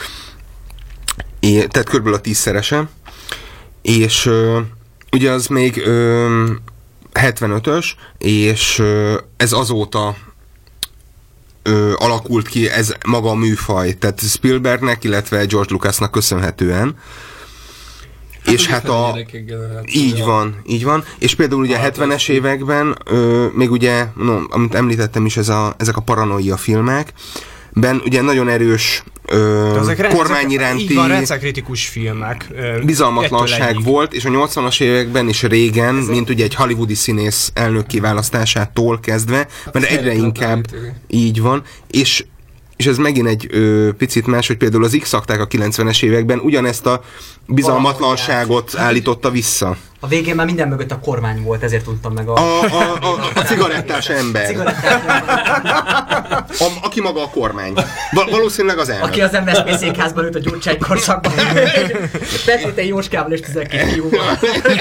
É, tehát körülbelül a tízszerese. És ö, ugye az még ö, hetvenötös, és ö, ez azóta ö, alakult ki, ez maga a műfaj. Tehát Spielbergnek, illetve George Lucasnak köszönhetően. Hát, és hát a... Így van, így van. És például ugye a hetvenes években, ö, még ugye, no, amit említettem is, ez a, ezek a paranoia filmek, ben ugye nagyon erős ö, kormányiránti... Így van, rendszerkritikus filmek. Ö, bizalmatlanság volt, és a nyolcvanas években is Reagan, mint ugye egy hollywoodi színész elnök kiválasztásától kezdve, mert egyre inkább így van, és és ez megint egy ö, picit más, hogy például az X-akták a kilencvenes években ugyanezt a bizalmatlanságot állította vissza. A végén már minden mögött a kormány volt, ezért tudtam meg a... A, a, a, a cigarettás ember. Cigarettás A, aki maga a kormány. Val- valószínűleg az elnök. Aki az em es zé pé székházban ült a gyurcsány korszakban. Petréten Jóskával és tizenkét fiúval.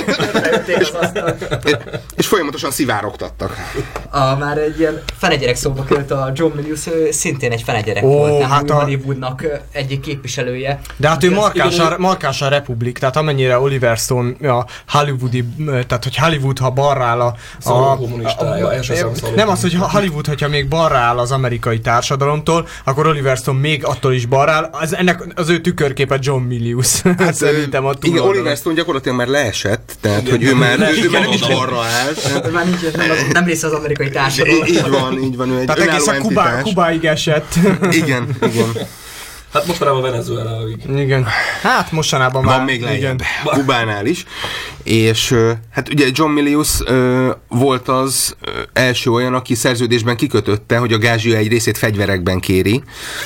És folyamatosan szivárogtattak. A, már egy ilyen fenegyerek szóba került, a John Milius, ő szintén egy fenegyerek Ó, volt, nem hát a a- Hollywoodnak egyik képviselője. De hát ő Ez- markás igen, a, markás a republik, tehát amennyire Oliver Stone a hollywoodi, tehát hogy Hollywood, ha balra áll a... Szalon a kommunistája, első szám szalon nem az, hogy Hollywood, hogyha még balra áll az amerikai társadalomtól, akkor Oliver Stone még attól is balra áll. Az, ennek az ő tükörképe John Milius. Hát, szerintem a Igen, túloldalon. Oliver Stone gyakorlatilag már leesett, tehát Igen. hogy ő már, ő, ő már nem is Igen. balra áll. Tehát, Ő már nincs, nem, az- nem része az amerikai társadalom. így van, így van, ő egy Tehát önálló egészen Kubá, entitás. Kubáig esett. Igen, igen. Hát mostanában Venezueláig. Igen. Hát mostanában már... Van még igen. lejjebb, Kubánál is. És ö, hát ugye John Milius ö, volt az ö, első olyan, aki szerződésben kikötötte, hogy a gázsia egy részét fegyverekben kéri.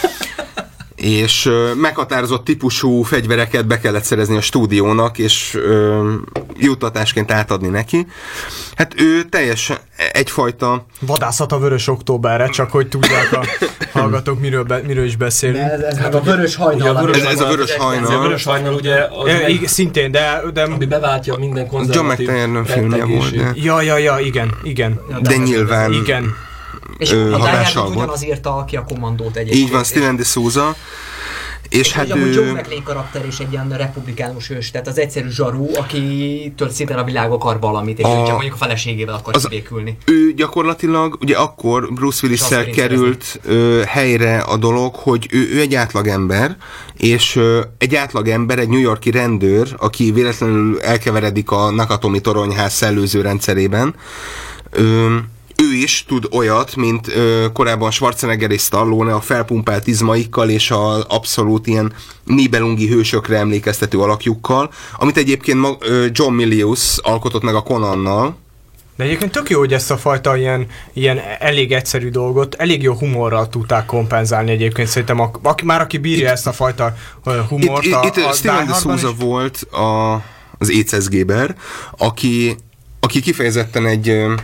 És ö, meghatározott típusú fegyvereket be kellett szerezni a stúdiónak, és ö, juttatásként átadni neki. Hát ő teljesen egyfajta... Vadászat a Vörös Októberre, csak hogy tudják a hallgatók, miről, be, miről is beszélünk. De ez, ez meg a vörös hajnal. Ugye a vörös Ez- ez a vörös hajnal. Ez a vörös hajnal ugye, az E, meg, igen, szintén, de... de ami beváltja minden John konzervatív McTiernan filmje volt, de, ja, ja, ja, igen, igen. de nyilván Igen. És ö, a Die hatással Hardot volt. ugyanaz írta, aki a kommandót egyébként. így van, Steven de Souza. És, És hát hát ő... John ő... McClane karakter is egy ilyen republikánus ős, tehát az egyszerű zsarú, akitől szépen a világ akar valamit, és A- ő csak mondjuk a feleségével akar az- kibékülni. ő gyakorlatilag, ugye akkor Bruce Willis-szel És azt került ö, helyre a dolog, hogy ő, ő egy átlagember, és ö, egy átlagember, egy New York-i rendőr, aki véletlenül elkeveredik a Nakatomi toronyház szellőző rendszerében, ö, ő is tud olyat, mint ö, korábban Schwarzenegger és Stallone a felpumpált izmaikkal és az abszolút ilyen nibelungi hősökre emlékeztető alakjukkal, amit egyébként ma, ö, John Milius alkotott meg a Conannal. De egyébként tök jó, hogy ezt a fajta ilyen, ilyen elég egyszerű dolgot elég jó humorral tudták kompenzálni egyébként. Szerintem a, aki, már aki bírja Itt- ezt a fajta ö, Itt, humort itt, a, itt a Steven de Die Hardban Souza is. volt a, az écezgéber, aki, aki kifejezetten egy ö,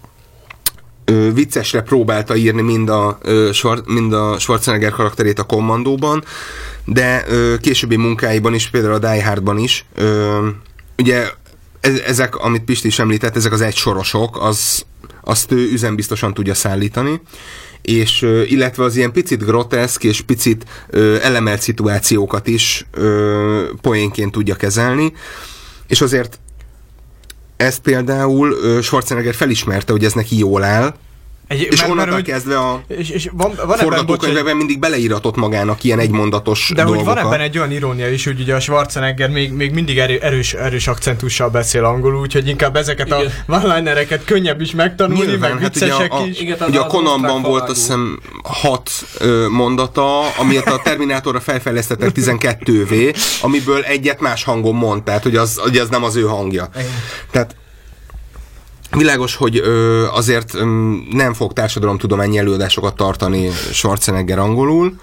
ö, viccesre próbálta írni mind a, ö, Schwar- mind a Schwarzenegger karakterét a Kommandóban, de ö, későbbi munkáiban is, például a Die Hardban is, ö, ugye ez, ezek, amit Pisti is említett, ezek az egysorosok, az, azt ő üzembiztosan tudja szállítani, és ö, illetve az ilyen picit groteszk és picit ö, elemelt szituációkat is ö, poénként tudja kezelni, és azért ezt például ö, Schwarzenegger felismerte, hogy ez neki jól áll, Egy, és mert- onnantól mert, hogy- kezdve a és, és van, van ebben, bocs, egy- forgatókönyvekben mindig beleíratott magának ilyen egymondatos de hogy dolgokat. van ebben egy olyan irónia is, hogy ugye a Schwarzenegger még, még mindig erő, erős, erős akcentussal beszél angolul, úgyhogy inkább ezeket Igen. a one-linereket könnyebb is megtanulni, Nyilván, meg hát ugye viccesek a, a, is. Igen, tehát ugye a az Conanban osztrák volt azt hiszem hat ö, mondata, amit a Terminátorra felfejlesztettek tizenkettővé, amiből egyet más hangon mond, tehát hogy az, hogy az nem az ő hangja. Tehát világos, hogy ö, azért ö, nem fog társadalomtudományi előadásokat tartani Schwarzenegger angolul,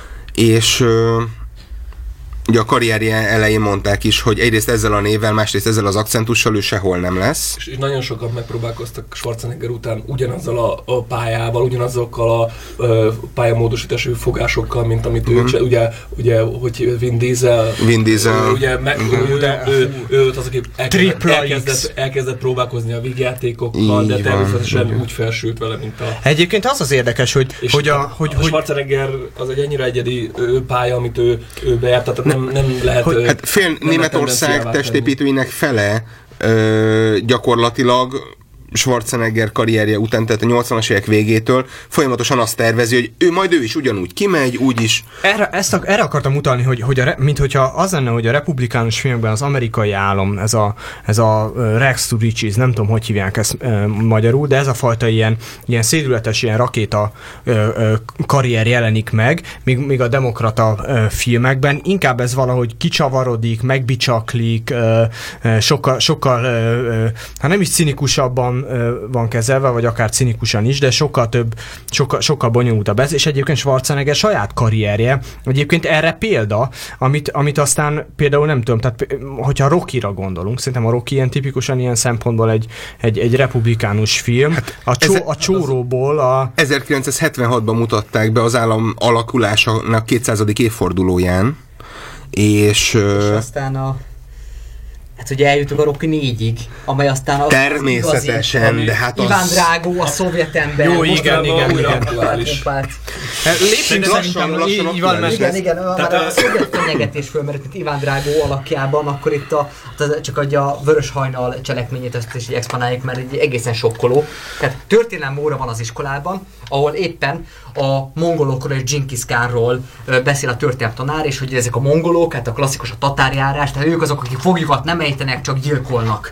és ö, ugye a karrierje elején mondták is, hogy egyrészt ezzel a névvel, másrészt ezzel az akcentussal ő sehol nem lesz. És, és nagyon sokan megpróbálkoztak Schwarzenegger után ugyanazzal a, a pályával, ugyanazokkal a ö, pályamódosítású fogásokkal, mint amit ő, cse- ugye, ugye, hogy Vin Diesel, Vin Diesel. ő, ugye, meg, Mhm. ő, De- ő, ő, ő volt az, aki elkezdett, Tripla X. elkezdett, elkezdett próbálkozni a vígjátékokkal, Így de van, természetesen igen. úgy felsült vele, mint a... Egyébként az az érdekes, hogy, És hogy, a, a, hogy, a hogy Schwarzenegger az egy ennyire egyedi ö, pálya, amit ő, ő bejárt, tehát nem, nem lehet... Hogy- ö, Hát fél nem lehet Németország tendenciává tenni. testépítőinek fele ö, gyakorlatilag Schwarzenegger karrierje után, tehát a nyolcvanas évek végétől folyamatosan azt tervezi, hogy ő majd ő is ugyanúgy kimegy, úgy is. Erre, ezt a, erre akartam utalni, hogy, hogy a, re- mint hogyha az lenne, hogy a republikánus filmekben az amerikai állam, ez a, ez a uh, Rags to Riches, nem tudom, hogy hívják ezt uh, magyarul, de ez a fajta ilyen, ilyen szédületes, ilyen rakéta uh, uh, karrier jelenik meg, míg, míg a demokrata uh, filmekben inkább ez valahogy kicsavarodik, megbicsaklik, uh, uh, sokkal, sokkal uh, uh, hát nem is cinikusabban van, van kezelve, vagy akár cinikusan is, de sokkal több, sokkal, sokkal bonyolultabb ez, és egyébként Schwarzenegger saját karrierje, egyébként erre példa, amit, amit aztán például nem tudom, tehát hogyha Rocky-ra gondolunk, szerintem a Rocky ilyen tipikusan ilyen szempontból egy, egy, egy republikánus film, hát a, csó, a csóróból a... ezerkilencszázhetvenhatban mutatták be az állam alakulásának kétszázadik évfordulóján, és... És aztán a... Hát ugye eljutunk a Rocky négyig, amely aztán a... Természetesen, igazi, de hát az... Iván Drágó, a szovjet ember. Jó, igen, igen, újra igen. aktuális. Lépjünk lassan, lassan így van, igen, igen, már a szovjet fenyegetés fölmerült, mint Iván Drágó alakjában, akkor itt a, csak a, a vörös hajnal cselekményét ezt is így exponáljuk, mert egy egészen sokkoló. Tehát történelmi óra van az iskolában, ahol éppen a mongolokról és Dzsingisz Kánról beszél a történelemtanár, és hogy ezek a mongolok, hát a klasszikus a tatárjárás, tehát ők azok, akik foglyokat nem ejtenek, csak gyilkolnak.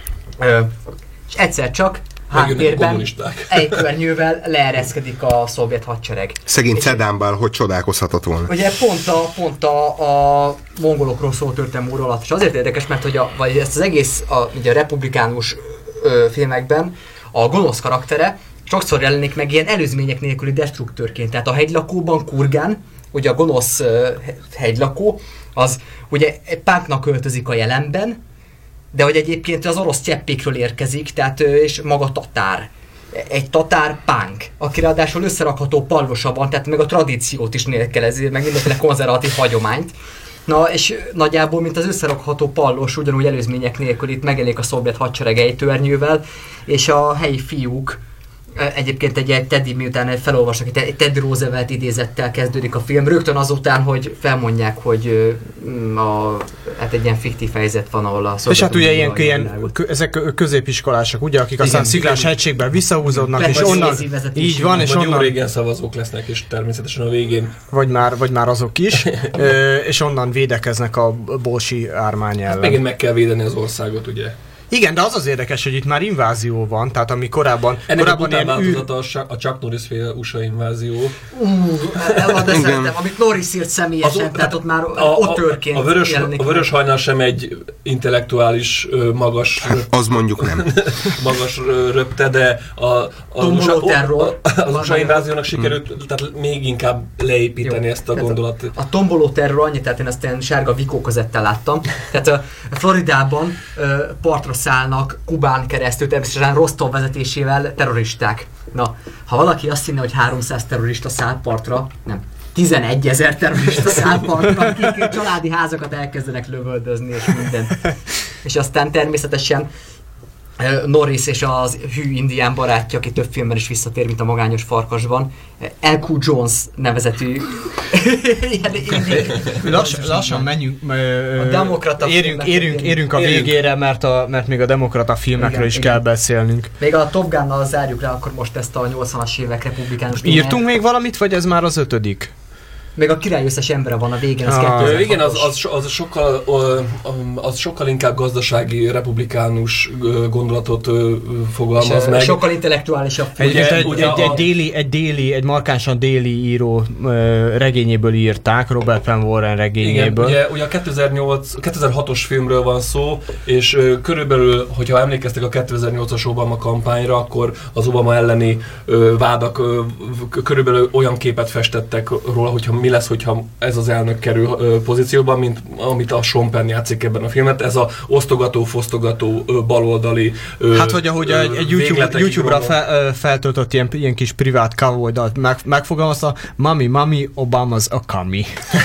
Ö, és egyszer csak háttérben ejtőernyővel leereszkedik a szovjet hadsereg. Szegény Cedánbál, hogy csodálkozhatott volna. Ugye pont a, pont a, a mongolokról szóló történelmi óra alatt, és azért érdekes, mert hogy a, vagy ezt az egész a, ugye a republikánus ö, filmekben a gonosz karaktere sokszor jelenik meg ilyen előzmények nélküli destruktőrként. Tehát a hegylakóban Kurgán, ugye a gonosz uh, hegylakó, az ugye pánknak költözik a jelenben, de hogy egyébként az orosz cseppékről érkezik, tehát uh, és maga tatár. Egy tatár pánk, aki ráadásul összerakható pallosa van, tehát meg a tradíciót is nélkelezi, meg mindenféle konzervatív hagyományt. Na, és nagyjából, mint az összerakható pallos, ugyanúgy előzmények nélkül itt megjelenik a szovjet hadsereg ejtőernyővel, és a helyi fiúk, egyébként egy, egy Teddy, miután felolvasnak, egy Teddy Roosevelt idézettel kezdődik a film, rögtön azután, hogy felmondják, hogy a, hát egy ilyen fiktív helyzet van, ahol a és hát ugye ilyen, ilyen ezek középiskolások, ugye, akik aztán Sziklás hegységben visszahúzódnak, és onnan így van, és onnan... onnan... régen szavazók lesznek, és természetesen a végén... Vagy már, vagy már azok is, és onnan védekeznek a bolsi ármány ellen. Hát megint meg kell védeni az országot, ugye? Igen, de az az érdekes, hogy itt már invázió van, tehát ami korábban... Ennek korábban a változata űr... a Chuck Norris féle u es á invázió. Uh, de szerintem, amit Norris írt személyesen, az, tehát ott már a, ott őrként a, vörös, a vörös hajnal sem egy intellektuális, magas... Hát, az mondjuk nem. magas röpte, de a, a, az u es á inváziónak sikerült hmm. tehát még inkább leépíteni jó, ezt a gondolatot. A, a tomboló terror annyi, tehát én ezt ilyen sárga vikóközettel láttam. Tehát a Floridában partra szállnak Kubán keresztül, természetesen Rostov vezetésével terroristák. Na, ha valaki azt hinne, hogy háromszáz terrorista száll partra, nem, tizenegyezer terrorista száll partra, akik családi házakat elkezdenek lövöldözni és minden. És aztán természetesen Norris és az hű indián barátja, aki több filmben is visszatér, mint a Magányos farkasban, el kú Jones nevezetű Lass, lassan menjünk, a érjünk, érjünk, érjünk a végére, mert, a, mert még a demokrata filmekről igen, is igen. kell beszélnünk. Még a Top Gunnal zárjuk le akkor most ezt a nyolcvanas évek republikánus témát. Írtunk még valamit, vagy ez már az ötödik? Még a király összes embere van a végén, az ah, kétezer-hatos. Igen, az, az, az, sokkal, az sokkal inkább gazdasági, republikánus gondolatot fogalmaz és meg. Sokkal intellektuálisabb. Egy, ugye, egy, ugye egy, a... egy, déli, egy, déli, egy markánsan déli író regényéből írták, Robert Penn Warren regényéből. Igen, ugye, ugye a kétezer-nyolc, kétezer-hatos filmről van szó, és körülbelül, hogyha emlékeztek a kétezer-nyolcas Obama kampányra, akkor az Obama elleni vádak körülbelül olyan képet festettek róla, hogyha mi lesz, hogyha ez az elnök kerül ö, pozícióban, mint amit a Sean Penn játszik ebben a filmet. Ez a osztogató, fosztogató, ö, baloldali ö, hát, vagy ahogy ö, egy YouTube, YouTube-ra fel, feltöltött ilyen, ilyen kis privát cowboy-dalt meg, megfogalmazta, Mami, Mami, Obama's a kami.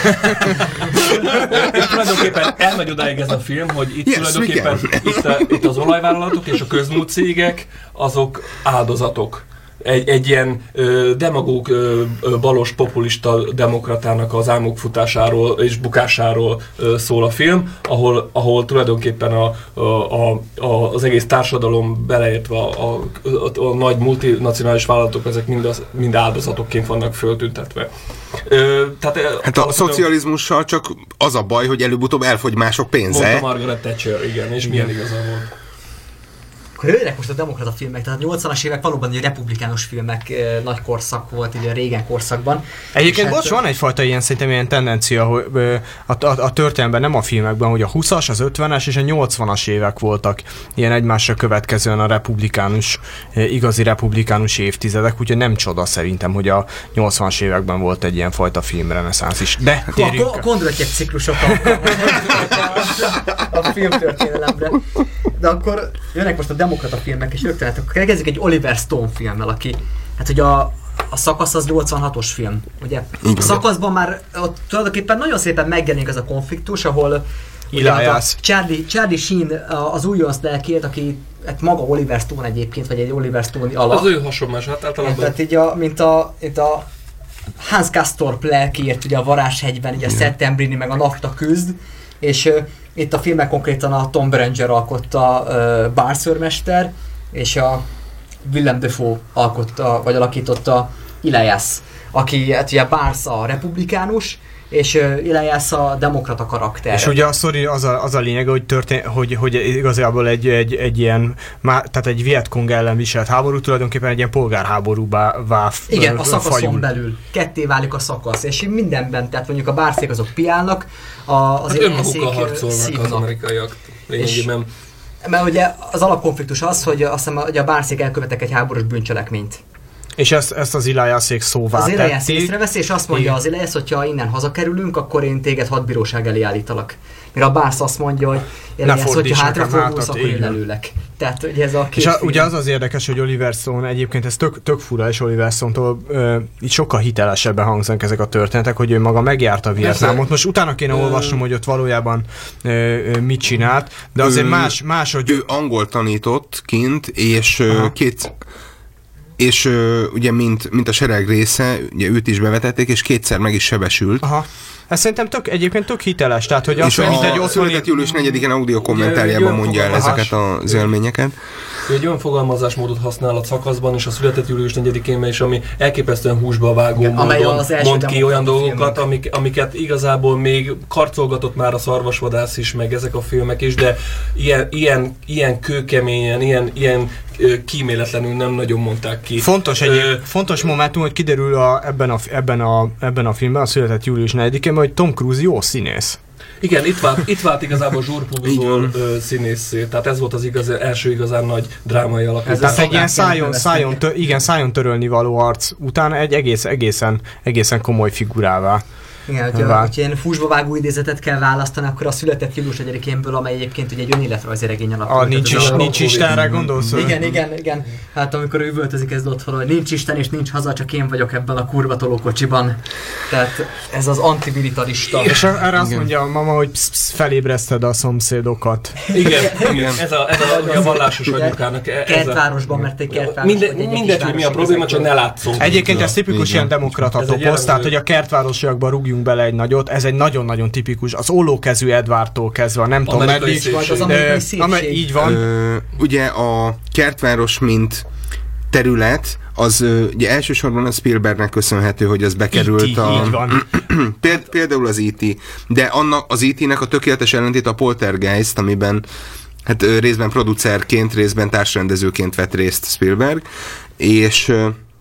És tulajdonképpen elmegy odáig ez a film, hogy itt yes, tulajdonképpen itt, a, itt az olajvállalatok és a közmúlt cégek, azok áldozatok. Egy, egy ilyen ö, demagóg, ö, balos, populista demokratának az álmok futásáról és bukásáról ö, szól a film, ahol, ahol tulajdonképpen a, a, a, az egész társadalom beleértve a, a, a, a nagy multinacionális vállalatok, ezek mind, az, mind áldozatokként vannak föltüntetve. Ö, tehát, hát a, a szocializmussal csak az a baj, hogy előbb-utóbb elfogy mások pénze. Mondta Margaret Thatcher, igen, és milyen igaza volt. akkor jöjjenek most a demokrata filmek, tehát a nyolcvanas évek valóban egy republikánus filmek e, nagy korszak volt, ugye a régen korszakban. Egyébként hát, most van egyfajta ilyen, szerintem ilyen tendencia, hogy a, a, a történelemben, nem a filmekben, hogy a huszas, az ötvenes és a nyolcvanas évek voltak ilyen egymásra következően a republikánus, igazi republikánus évtizedek, úgyhogy nem csoda szerintem, hogy a nyolcvanas években volt egy ilyen fajta filmreneszánsz is. De térjünk. A, a Kondratyev ciklusok a, a filmtörténelemre. De akkor jönnek most a demokrata filmek, és rögtön, hát akkor kezdjük egy Oliver Stone filmmel, aki, hát ugye a, a szakasz az nyolcvanhatos film, ugye? Igen. A szakaszban már ott tulajdonképpen nagyon szépen megjelenik ez a konfliktus, ahol Elias. Charlie, Charlie Sheen az újonc lelkét, aki hát maga Oliver Stone egyébként, vagy egy Oliver Stone alak. Az ő hasonlás, hát általában. Tehát így a, mint a, mint a Hans Castorp lelkiért, ugye a Varázshegyben, ugye a Settembrini meg a Nafta küzd, és uh, itt a filmek konkrétan a Tom Berenger alkotta uh, bárszőrmester, és a Willem Dafoe alkotta, vagy alakította Elias, aki hát ugye Bársz a republikánus, és uh, Elias a demokrata karakter. És ugye a sztori az a, az a lényeg, hogy, történ, hogy, hogy igazából egy, egy, egy ilyen, tehát egy Vietkong ellen viselt háború tulajdonképpen egy ilyen polgárháborúba vált. Igen, a szakaszon fajul. belül. Ketté válik a szakasz, és mindenben, tehát mondjuk a bárszék azok piálnak, a, az hát önmagukkal harcolnak szívnak. Az amerikaiak. Lényegében. Mert ugye az alapkonfliktus az, hogy azt hiszem, hogy a bárszék elkövetek egy háborús bűncselekményt. És ezt, ezt az Eliasszék szóvá tették. Az Elias észreveszi, és azt mondja az Elias, hogyha innen hazakerülünk, akkor én téged hadbíróság elé állítalak. Mire a Bársz azt mondja, hogy Elias, hogyha hátrafordulsz, akkor én lelőlek. Tehát ugye ez a két És a, ugye az az érdekes, hogy Oliver Stone egyébként ez tök, tök fura, és Oliver Stone-tól ö, így sokkal hitelesebben hangzanak ezek a történetek, hogy ő maga megjárta Vietnámot. Most utána kéne ö... olvasnom, hogy ott valójában ö, ö, mit csinált, de azért ő, más, más, hogy... Ő angol tanított kint, és ö, két... És ö, ugye, mint, mint a sereg része, ugye őt is bevetették, és kétszer meg is sebesült. Aha. Ez szerintem tök, egyébként tök hiteles, tehát hogy és azt, a, a született július negyedikén audio kommentárjában mondja el ezeket az élményeket. Ő egy olyan fogalmazásmódot használ a szakaszban és a született július negyedikén is, ami elképesztően húsba vágó igen, módon mond ki olyan dolgokat, amik, amiket igazából még karcolgatott már a Szarvasvadász is, meg ezek a filmek is, de ilyen, ilyen, ilyen kőkeményen, ilyen, ilyen kíméletlenül nem nagyon mondták ki. Fontos, egy, Ö, fontos momentum, hogy kiderül a, ebben, a, ebben, a, ebben a filmben, a született július negyedikén, hogy Tom Cruise jó színész. Igen, itt vált, itt vált igazából zsúrpubból színészé, tehát ez volt az igaz, első igazán nagy drámai alakítás. Tehát egy ilyen szájon, szájon, tör, igen, szájon törölni való arc után egy egész, egészen, egészen komoly figurává. Igen, hogyha, hogyha ilyen fúsba vágó idézetet kell választani, akkor a született július negyedikénből, amely egyébként ugye egy önéletrajzi regény alapú. Ah, nincs, is, nincs Istenre, gondolsz? Igen, igen, igen. Hát amikor üvöltözik ez ott valahogy, nincs Isten és nincs haza, csak én vagyok ebben a kurva tolókocsiban. Tehát ez az antimilitarista. És erre azt mondja a mama, hogy psz, psz, felébreszted a szomszédokat. Igen, igen. Ez a, ez a, a vallásos anyukának. Kertvárosban, mert egy kertváros. Mindegy, hogy mi a probléma, csak ne látszunk. Egyébként ez tipikus ilyen demokrata toposz, tehát hogy a kertvárosiakban rúgjunk bele egy nagyot, ez egy nagyon-nagyon tipikus, az ollókezű Edvártól kezdve, nem tudom meddig. Így van. Ö, ugye a kertváros, mint terület, az ugye elsősorban a Spielbergnek köszönhető, hogy az bekerült í té, a... így van. Például az í té. De annak, az í té-nek a tökéletes ellentét a Poltergeist, amiben hát részben producerként, részben társrendezőként vett részt Spielberg, és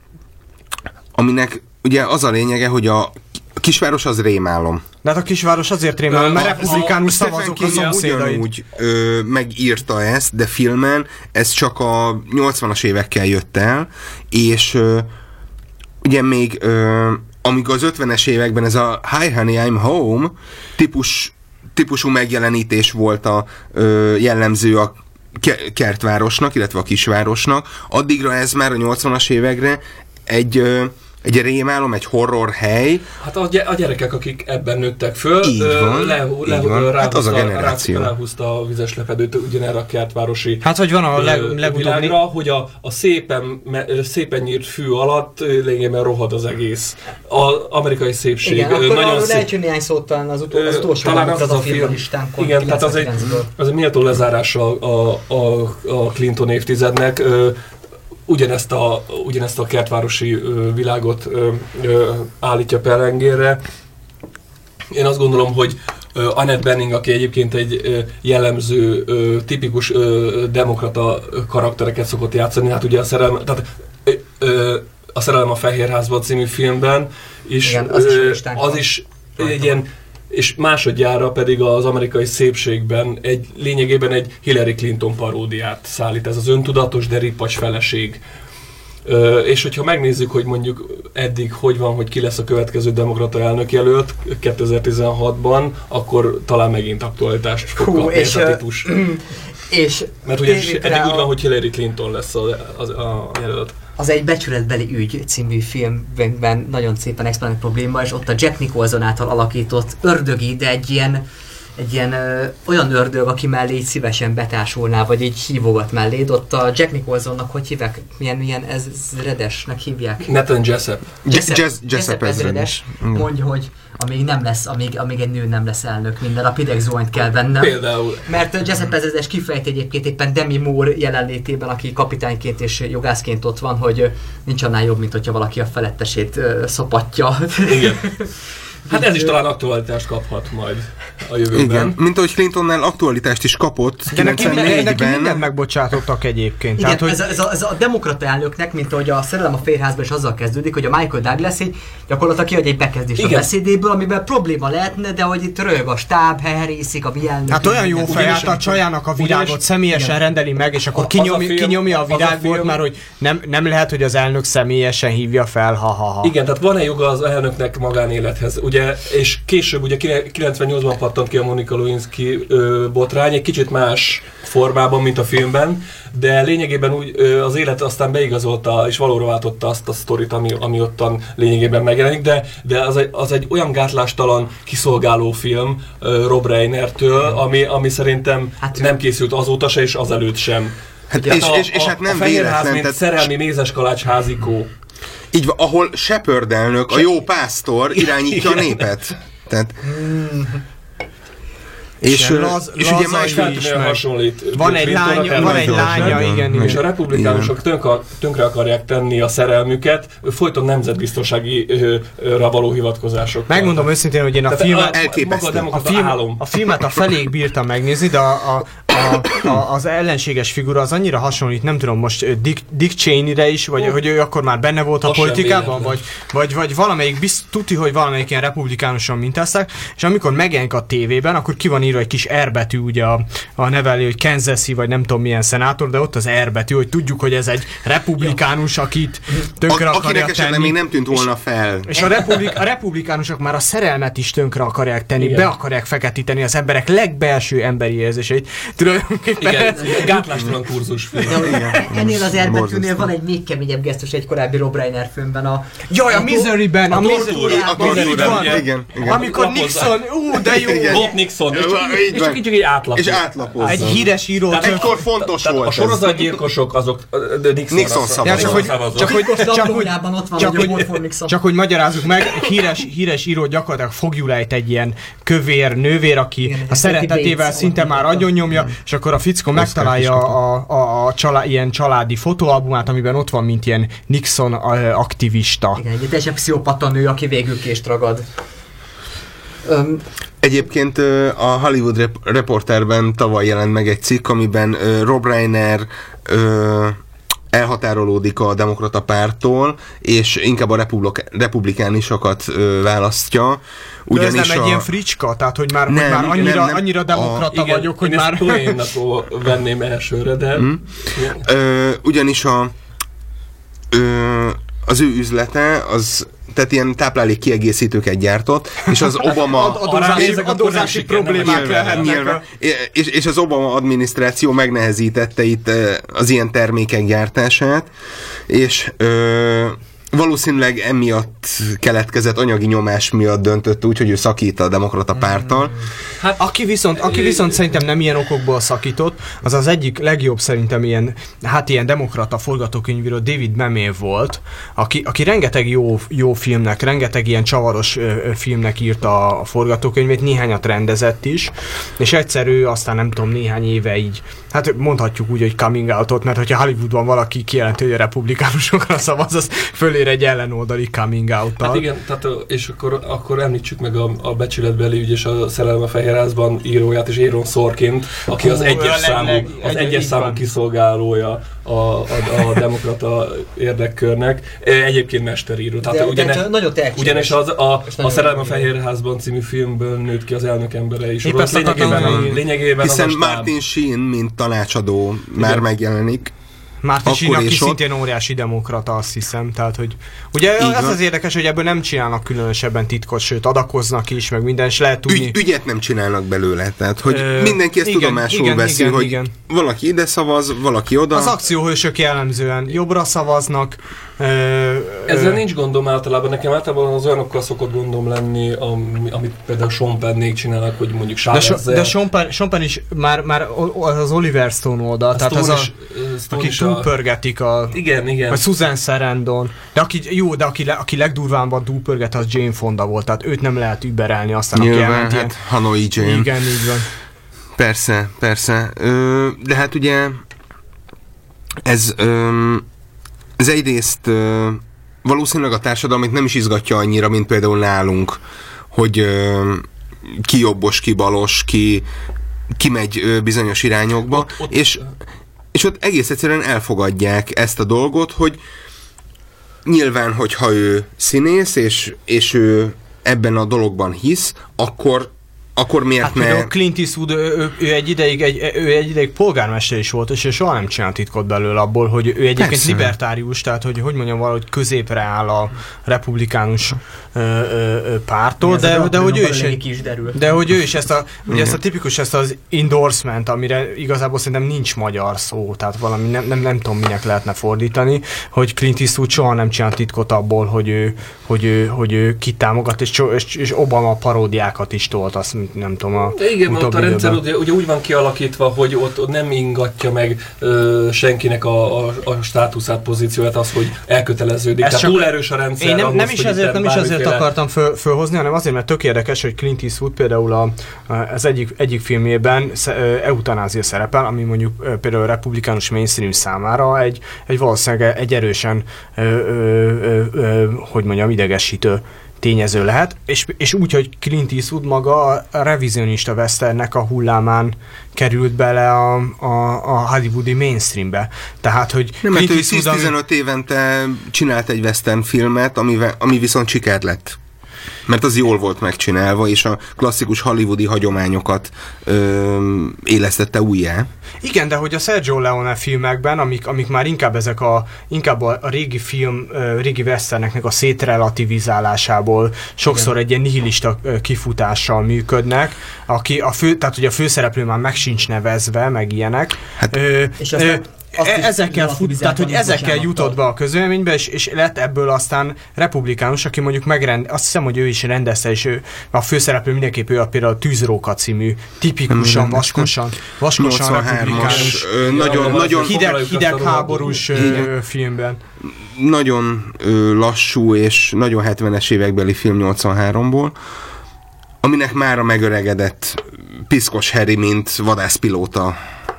aminek ugye az a lényege, hogy a A kisváros az rémálom. De hát a kisváros azért rémálom, mert republikánus szavazók a szomszédait. Ugyanúgy ö, megírta ezt, de filmen ez csak a nyolcvanas évekkel jött el, és ö, ugye még ö, amíg az ötvenes években ez a Hi Honey, I'm Home típus, típusú megjelenítés volt a ö, jellemző a kertvárosnak, illetve a kisvárosnak, addigra ez már a nyolcvanas évekre egy... Ö, egy rémálom, egy horror hely. Hát a, gy- a gyerekek, akik ebben nőttek föl, így van, le, le, így van. Ráhúzta, hát az a generáció. Ráhúzta a vizes lepedőt ugyanerre a kertvárosi hát, hogy van a leg, legutóbbi... világra, hogy a, a szépen, me, szépen nyírt fű alatt lényegében rohad az egész. Az amerikai szépség. Igen, akkor nagyon szép... lehet néhány szót talán az, utol, az utolsó talán az, az a film listán. Igen, tehát az egy, az egy méltó lezárása a, a, a Clinton évtizednek. Ugyanezt a, ugyanezt a kertvárosi ö, világot ö, ö, állítja pellengérre. Én azt gondolom, hogy, uh, Annette Bening, aki egyébként egy uh, jellemző, uh, tipikus uh, demokrata karaktereket szokott játszani, hát ugye a szerelem, tehát uh, uh, a Szerelem a Fehérházban című filmben is, igen, az uh, is, az is egy ilyen, és másodjára pedig az Amerikai Szépségben egy lényegében egy Hillary Clinton paródiát szállít, ez az öntudatos, de ripacs feleség. Ö, és hogyha megnézzük, hogy mondjuk eddig hogy van, hogy ki lesz a következő demokrata elnökjelölt kétezer-tizenhatban, akkor talán megint aktualitást fog Hú, kapni és, ez a típus. És mert ugye eddig úgy a... van, hogy Hillary Clinton lesz a, a, a jelölt. Az Egy becsületbeli ügy című filmben nagyon szépen exponál probléma, és ott a Jack Nicholson által alakított ördögi, de egy ilyen, egy ilyen ö, olyan ördög, aki mellé így szívesen betársulná, vagy így hívogat melléd. Ott a Jack Nicholsonnak hogy hívják? Milyen, milyen ez redesnek hívják? Nathan Jessup. Jessup, Jessup Jessup ezredes mondja, hogy amíg nem lesz, amíg, amíg egy nő nem lesz elnök, minden nap idegzónyt kell vennem. Például. Mert Jessup ezredes kifejt egyébként éppen Demi Moore jelenlétében, aki kapitányként és jogászként ott van, hogy nincs annál jobb, mint hogyha valaki a felettesét uh, szopatja. Igen. Hát ez is talán aktualitást kaphat majd a jövőben. Igen, mint ahogy Clintonnál aktualitást is kapott de neki, neki kilencvennégyben. mindent megbocsátottak egyébként. Igen, Tehát, hogy... ez, a, ez, a, ez a demokrata elnöknek, mint ahogy a Szerelem a Fehérházban is azzal kezdődik, hogy a Michael Douglas egy gyakorlatilag kiadj egy bekezdés a beszédéből, amiben probléma lehetne, de hogy itt röhög a stáb, herészik a mi elnök. Hát olyan jó fej, hát a csajának a virágot ugyanis, személyesen igen. rendeli meg, és akkor kinyomja, film, kinyomja a virágot, már hogy nem, nem lehet, hogy az elnök személyesen hívja fel, ha-ha-ha. Igen, tehát van-e joga az elnöknek magánélethez, ugye, és később ugye kilencvennyolcban pattant ki a Monica Lewinsky ö, botrány, egy kicsit más formában, mint a filmben, de lényegében úgy ö, az élet aztán beigazolta és valóra váltotta azt a sztorit, ami, ami ottan lényegében megjelenik, de, de az, egy, az egy olyan gátlástalan kiszolgáló film ö, Rob Reinertől, ami, ami szerintem hát, nem készült azóta se, és azelőtt sem. Hát és, a, és, és hát nem a Fehérház, mint tehát... szerelmi mézeskalács házikó. Így van, ahol Shepard elnök, a jó pásztor irányítja a népet. Tehát... És, Laz, és ugye más hasonlít. Van egy lánya, van egy lánya, igen. És a republikánusok tönkre, tönkre akarják tenni a szerelmüket, folyton nemzetbiztonságira való hivatkozások. Megmondom őszintén, hogy én a filmet, a, a, film, a filmet a feléig bírtam megnézni, de a, a, a, a, az ellenséges figura az annyira hasonlít, nem tudom, most Dick, Dick Cheney-re is, vagy hogy ő akkor már benne volt a politikában, vagy, vagy, vagy valamelyik, bizt, tuti, hogy valamelyik ilyen republikánuson mintázták, és amikor megjelenik a tévében, akkor ki van írva egy kis R betű, ugye a, a nevelő, hogy Kansas-i, vagy nem tudom milyen szenátor, de ott az R betű, hogy tudjuk, hogy ez egy republikánus, akit tönkre a, akarják tenni. tenni. még nem tűnt volna fel. És a, republik, a republikánusok már a szerelmet is tönkre akarják tenni, igen. be akarják feketíteni az emberek legbelső emberi érzéseit. Igen, gátlástalan kurzus film. Ennél az R betűnél van egy még keményebb gesztus egy korábbi Rob Reiner filmben. A, Jaj, a Misery-ben! A Misery-ben, igen. Amikor Nixon, ú, de jó! Bob Nixon, és csak így átlapozza. És átlapozza. Egy híres író. Ekkor fontos volt. A sorozatgyilkosok azok Nixon szavazó. Csak hogy magyarázzuk meg, híres, híres író gyakorlatilag fogjulejt egy ilyen kövér nővér, aki a szeretetével szinte már agyonnyomja, és akkor a fickó megtalálja a, a, a csalá, ilyen családi fotóalbumát, amiben ott van, mint ilyen Nixon aktivista. Igen, egy teljesen pszichopata nő, aki végül kést ragad. Um, Egyébként a Hollywood Reporterben tavaly jelent meg egy cikk, amiben Rob Reiner elhatárolódik a demokrata párttól, és inkább a republik- republikánusokat ö, választja. Ugyanis de ez nem a... egy ilyen fricska? Tehát, hogy már, nem, hogy már annyira, nem, nem. annyira demokrata a... vagyok, hogy én már... Igen, én ezt venném elsőre, de... Mm. Ö, ugyanis a, ö, az ő üzlete, az tehát ilyen táplálék kiegészítőket gyártott, és az Obama... adózási, adózási problémák lehetnek. És, és az Obama adminisztráció megnehezítette itt az ilyen termékek gyártását, és ö, valószínűleg emiatt keletkezett anyagi nyomás miatt döntött úgy, hogy ő szakít a demokrata párttal. Hát aki viszont, aki viszont szerintem nem ilyen okokból szakított, az az egyik legjobb szerintem ilyen, hát ilyen demokrata forgatókönyvíró David Mamet volt, aki, aki rengeteg jó, jó filmnek, rengeteg ilyen csavaros ö, ö, filmnek írta a forgatókönyvét, néhányat rendezett is, és egyszer ő aztán nem tudom, néhány éve így, hát mondhatjuk úgy, hogy coming out-ot, mert hogyha Hollywoodban valaki kijelenti, hogy a republikánusokra szavaz, az fölé kövér egy ellenoldali coming out-tal. Hát igen, tehát, és akkor, akkor említsük meg a, a becsületbeli ügy és a Szerelem a Fehérházban íróját és Aaron Sorkint, aki az egyes számú, az egyes számú kiszolgálója a, a, a demokrata érdekkörnek. Egyébként mesteríró. Tehát De, ugyane, de nagyon tehetséges. ugyanis az, a, a Szerelem a Fehérházban című filmből nőtt ki az elnök embere is. Lényegében, a, lényegében hiszen az a stáb. Martin Sheen, mint tanácsadó már megjelenik. Martin Sheen, aki szintén óriási demokrata, azt hiszem. Tehát, hogy ugye így az van. Az érdekes, hogy ebből nem csinálnak különösebben titkot, sőt adakoznak is, meg minden, és lehet tudni. Ügy, ügyet nem csinálnak belőle, tehát hogy Ö, mindenki ezt igen, tudomásul igen, veszi, igen, hogy igen. valaki ide szavaz, valaki oda. Az akcióhősök jellemzően jobbra szavaznak. Ö, Ezzel ö, nincs gondom általában, nekem általában az olyanokkal szokott gondom lenni, ami, amit például Sean Pennék csinálnak, hogy mondjuk Sávezzel. De, so, de Sean, Penn, Sean Penn is már, már az Oliver Stone oldal, tehát az, is, a, akik túlpörgetik a... Igen, igen. Vagy Susan Sarandon. De aki, jó, de aki, aki legdurvábban túlpörget, az Jane Fonda volt, tehát őt nem lehet überelni, aztán Nyilván, aki elment hát ilyen... Hanoi Jane. Igen, így van. Persze, persze. Ö, de hát ugye ez, ö, ez egyrészt ö, valószínűleg a társadalmat nem is izgatja annyira, mint például nálunk, hogy ö, ki jobbos, ki balos, ki, ki megy ö, bizonyos irányokba, ott, ott, és És ott egész egyszerűen elfogadják ezt a dolgot, hogy nyilván, hogyha ő színész, és, és ő ebben a dologban hisz, akkor, akkor miért hát, ne... Clint Eastwood, ő, ő, ő, egy ideig, egy, ő egy ideig polgármester is volt, és ő soha nem csinált titkot belőle abból, hogy ő egyébként Persze. libertárius, tehát hogy, hogy mondjam, valahogy középre áll a republikánus ö, ö, pártól, de, de, de hogy ő is, egy, de hogy ő is ezt a, ugye ezt a tipikus, ezt az endorsement, amire igazából szerintem nincs magyar szó, tehát valami nem, nem, nem tudom, minek lehetne fordítani, hogy Clint Eastwood soha nem csinált titkot abból, hogy ő, hogy ő, hogy ő kitámogat, és, és, és Obama paródiákat is tolt, azt nem tudom, a igen, ott a rendszer ugye, ugye úgy van kialakítva, hogy ott, ott nem ingatja meg ö, senkinek a, a, a státuszát, pozícióját az, hogy elköteleződik. Ez Tehát túl erős a rendszer. Én nem, ahhoz, nem is ezért, nem is ezért akartam föl, fölhozni, hanem azért, mert tök érdekes, hogy Clint Eastwood például a, az egyik, egyik filmjében eutanázia szerepel, ami mondjuk például a republikánus mainstream számára egy, egy valószínűleg egy erősen ö, ö, ö, ö, hogy mondjam, idegesítő tényező lehet, és, és úgy, hogy Clint Eastwood maga a revizionista westernnek a hullámán került bele a, a, a hollywoodi mainstreambe. Tehát, hogy nem, mert ő tíz-tizenöt évente csinált egy western filmet, ami, ami viszont siker lett. Mert az jól volt megcsinálva, és a klasszikus hollywoodi hagyományokat ö, élesztette újjá. Igen, de hogy a Sergio Leone filmekben, amik, amik már inkább ezek a, inkább a, a régi film, a régi westerneknek a szétrelativizálásából sokszor Igen. egy ilyen nihilista kifutással működnek, aki a fő, tehát ugye a főszereplő már meg sincs nevezve, meg ilyenek. Hát, ö, és aztán ö, E- ezekkel fut, tehát, hogy ezekkel jutott be a közvéleménybe, és, és lett ebből aztán republikánus, aki mondjuk megrend, azt hiszem, hogy ő is rendezte, és ő, a főszereplő mindenképp ő a például a Tűzróka című, tipikusan, vaskosan, vaskosan republikánus, ö, nagyon, nagyon hideg, hidegháborús ö, filmben. Nagyon ö, lassú és nagyon hetvenes évekbeli film nyolcvanháromból, aminek mára megöregedett piszkos Harry, mint vadászpilóta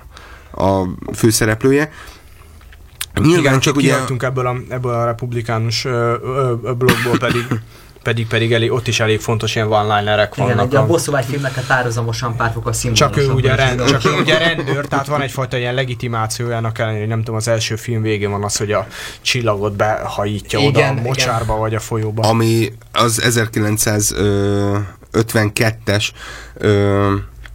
a főszereplője. Nyilván igen, csak ugye... ebből a, ebből a republikánus ö, ö, blogból pedig, pedig, pedig elég, ott is elég fontos ilyen one-linerek vannak. Igen, ugye a bosszúvágy filmeket párhuzamosan párfokkal színvonalasan. Csak ő ugye, rend, csak ő ugye rendőr, tehát van egyfajta ilyen legitimációjának ellenére, nem tudom, az első film végén van az, hogy a csillagot behajítja igen, oda a mocsárba igen. vagy a folyóba. Ami az ezerkilencszázötvenkettes ö,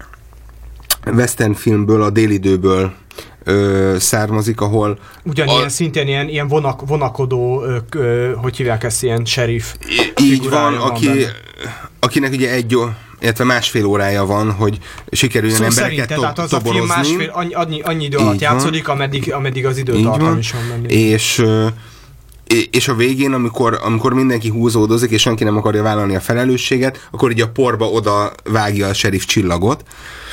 western filmből, a Délidőből ö, származik, ahol... Ugyanilyen a... szintén ilyen, ilyen vonak, vonakodó, ö, ö, hogy hívják ezt, ilyen sheriff így van, van aki, akinek ugye egy, illetve másfél órája van, hogy sikerüljön szóval embereket to- tehát az toborozni. A film másfél, annyi, annyi, annyi idő alatt játszódik, ameddig, ameddig az időtartam is van benne. És... Ö, és a végén, amikor, amikor mindenki húzódozik, és senki nem akarja vállalni a felelősséget, akkor így a porba oda vágja a sheriff csillagot.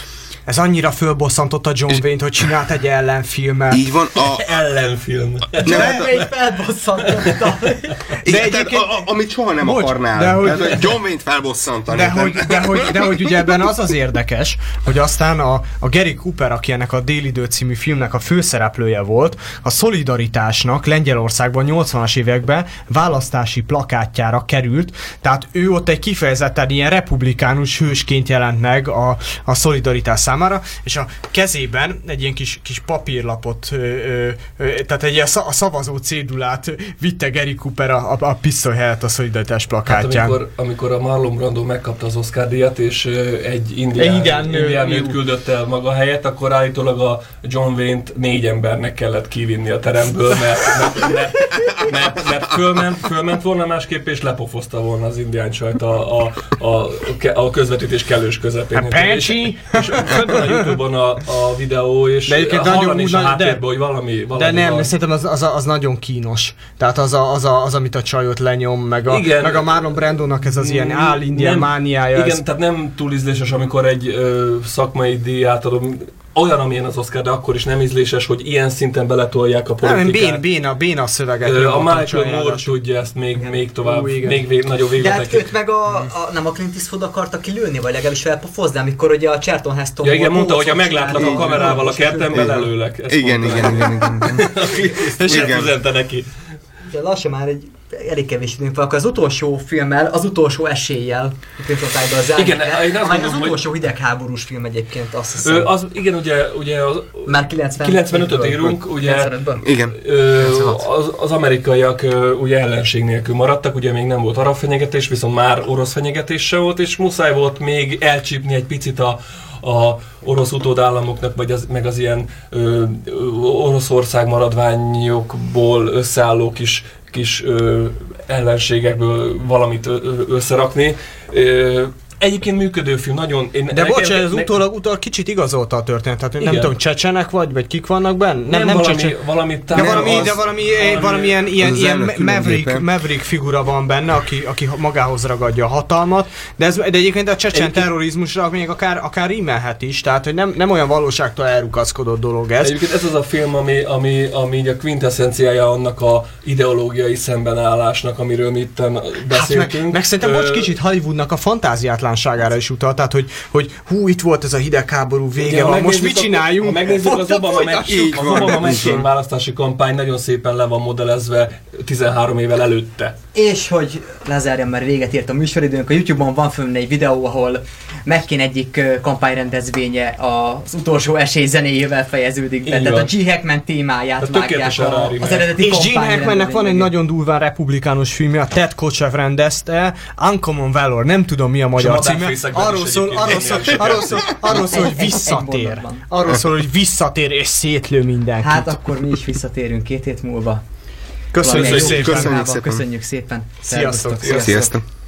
ez annyira fölbosszantotta John Wayne-t, hogy csinált egy ellenfilmet. Így van, a... Ellenfilm. John Wayne felbosszantotta. De egyébként... A, a, amit soha nem Bocs, akarnál. de hogy- Tehát, hogy John Wayne-t felbosszantani. De hogy, de, hogy, de hogy ugye ebben az az érdekes, hogy aztán a, a Gary Cooper, aki ennek a Délidő című filmnek a főszereplője volt, a Szolidaritásnak Lengyelországban nyolcvanas években választási plakátjára került, tehát ő ott egy kifejezetten ilyen republikánus hősként jelent meg a, a Szolidaritás számára, és a kezében egy ilyen kis, kis papírlapot, ö, ö, ö, tehát egy ilyen a szavazó cédulát vitte Gary Cooper a, a, a pisztoly helyett a Szolidaritás plakátján. Hát amikor, amikor a Marlon Brando megkapta az Oscar-díjat, és ö, egy indián, Igen, nő, indián jó. nőt küldött el maga helyett, akkor állítólag a John Wayne-t négy embernek kellett kivinni a teremből, mert, mert, mert, mert, mert fölment, fölment volna másképp, és lepofozta volna az indián csajt a, a, a, a közvetítés kellős közepén. A Pancsi! És fönn van a YouTube-on a, a videó, és De egyébként hallani nagyon- is a de- háttérben, hogy valami, valami De nem, van. szerintem az, az, az nagyon kínos. Tehát az, a, az, a, az amit a csajot lenyom, meg a, Igen. meg a Marlon Brandónak ez az ilyen áll-indián Nem, mániája. Igen, ez, tehát nem túl ízléses, amikor egy ö, szakmai díját adom, olyan, amilyen az Oscar, de akkor is nem ízléses, hogy ilyen szinten beletolják a nem, politikát. bén, béna, béna szöveget. Ö, nyomott a Michael csaj Moore ráadásul. tudja ezt még, még tovább, Ú, igen. még vég, nagyobb De hát végletekig. őt meg a, a, nem a Clint Eastwood akarta kilőni, vagy legalábbis felpofozni, amikor ugye a Charlton Heston... Ja igen, volt, mondta, hogy ha Bószot meglátlak a csinálni. kamerával a És kertemben, lelőlek. Ezt Igen, mondta. igen, igen, igen, igen. És ezt Igen. üzente neki. De lassan már egy elég kevés időnk van, akkor az utolsó filmmel, az utolsó eséllyel Pintottájban az Igen, én azt amely mondom, az hogy- utolsó hidegháborús film egyébként, azt hiszem. Ö, az, igen, ugye, ugye az, Már kilencven kilencvenötöt írunk, ugye kilencvenötben. Igen. Ö, az, az amerikaiak ö, ugye ellenség nélkül maradtak, ugye még nem volt arab fenyegetés, viszont már orosz fenyegetés se volt, és muszáj volt még elcsípni egy picit a, a orosz utódállamoknak, vagy az, meg az ilyen ö, ö, Oroszország maradványokból összeálló kis, kis ö, ellenségekből valamit ö, ö, összerakni. Ö, Egyébként működő film, nagyon... Én, De nekem- bocs, ez ne- utólag, utólag kicsit igazolta a történetet. Nem Igen. tudom, csecsenek vagy, vagy kik vannak benne? Nem, Nem, nem valami, csecsen. valami De távol- valami, az- de valami, valami- valamilyen ilyen, az ilyen elnök Maverick, különbépe. Maverick figura van benne, aki, aki magához ragadja a hatalmat, de, ez, de egyébként a csecsen Egyébként- terrorizmusra még akár, akár rímelhet is, tehát hogy nem, nem olyan valóságtól elrugaszkodott dolog ez. Egyébként ez az a film, ami, ami, ami így a quintessenciája annak a ideológiai szembenállásnak, amiről mi itten Hát beszéltünk. meg, meg szerintem Ö, bocs, kicsit Hollywoodnak a fantáziátlanságára is utal, tehát hogy, hogy hú, itt volt ez a hidegháború vége igen, ha van, most megnézzük, mit csináljunk? Ha megnézzük az Folytat- Obama, meg, folytassuk. az van, Obama így McCain van. választási kampány nagyon szépen le van modellezve tizenhárom évvel előtte. És hogy lezárjam, mert véget ért a műsoridőnk, a YouTube-on van fönn egy videó, ahol McCain egyik ö, kampányrendezvénye az utolsó esély zenéjével fejeződik be. Így Tehát van. a G. Hackman témáját Tehát vágják tökéletesen a, rárimel. az eredeti És Gene Hackmannek van egy kampányrendezvényre. nagyon durván republikánus filmje, a Ted Kotcheff rendezte, Uncommon Valor, nem tudom mi a magyar címe. madárfészekben Arról is szól, egyébként arról szól, géniális. arról szól, arról szól, hogy Egy- egy- egy visszatér. mondatban. Arról szól, hogy visszatér és szétlő mindenkit. Hát akkor mi is visszatérünk két hét múlva. Köszönjük Valamilyen jó szépen. Köszönjük témával. szépen. Köszönjük szépen. Sziasztok. Szervusztok. Sziasztok.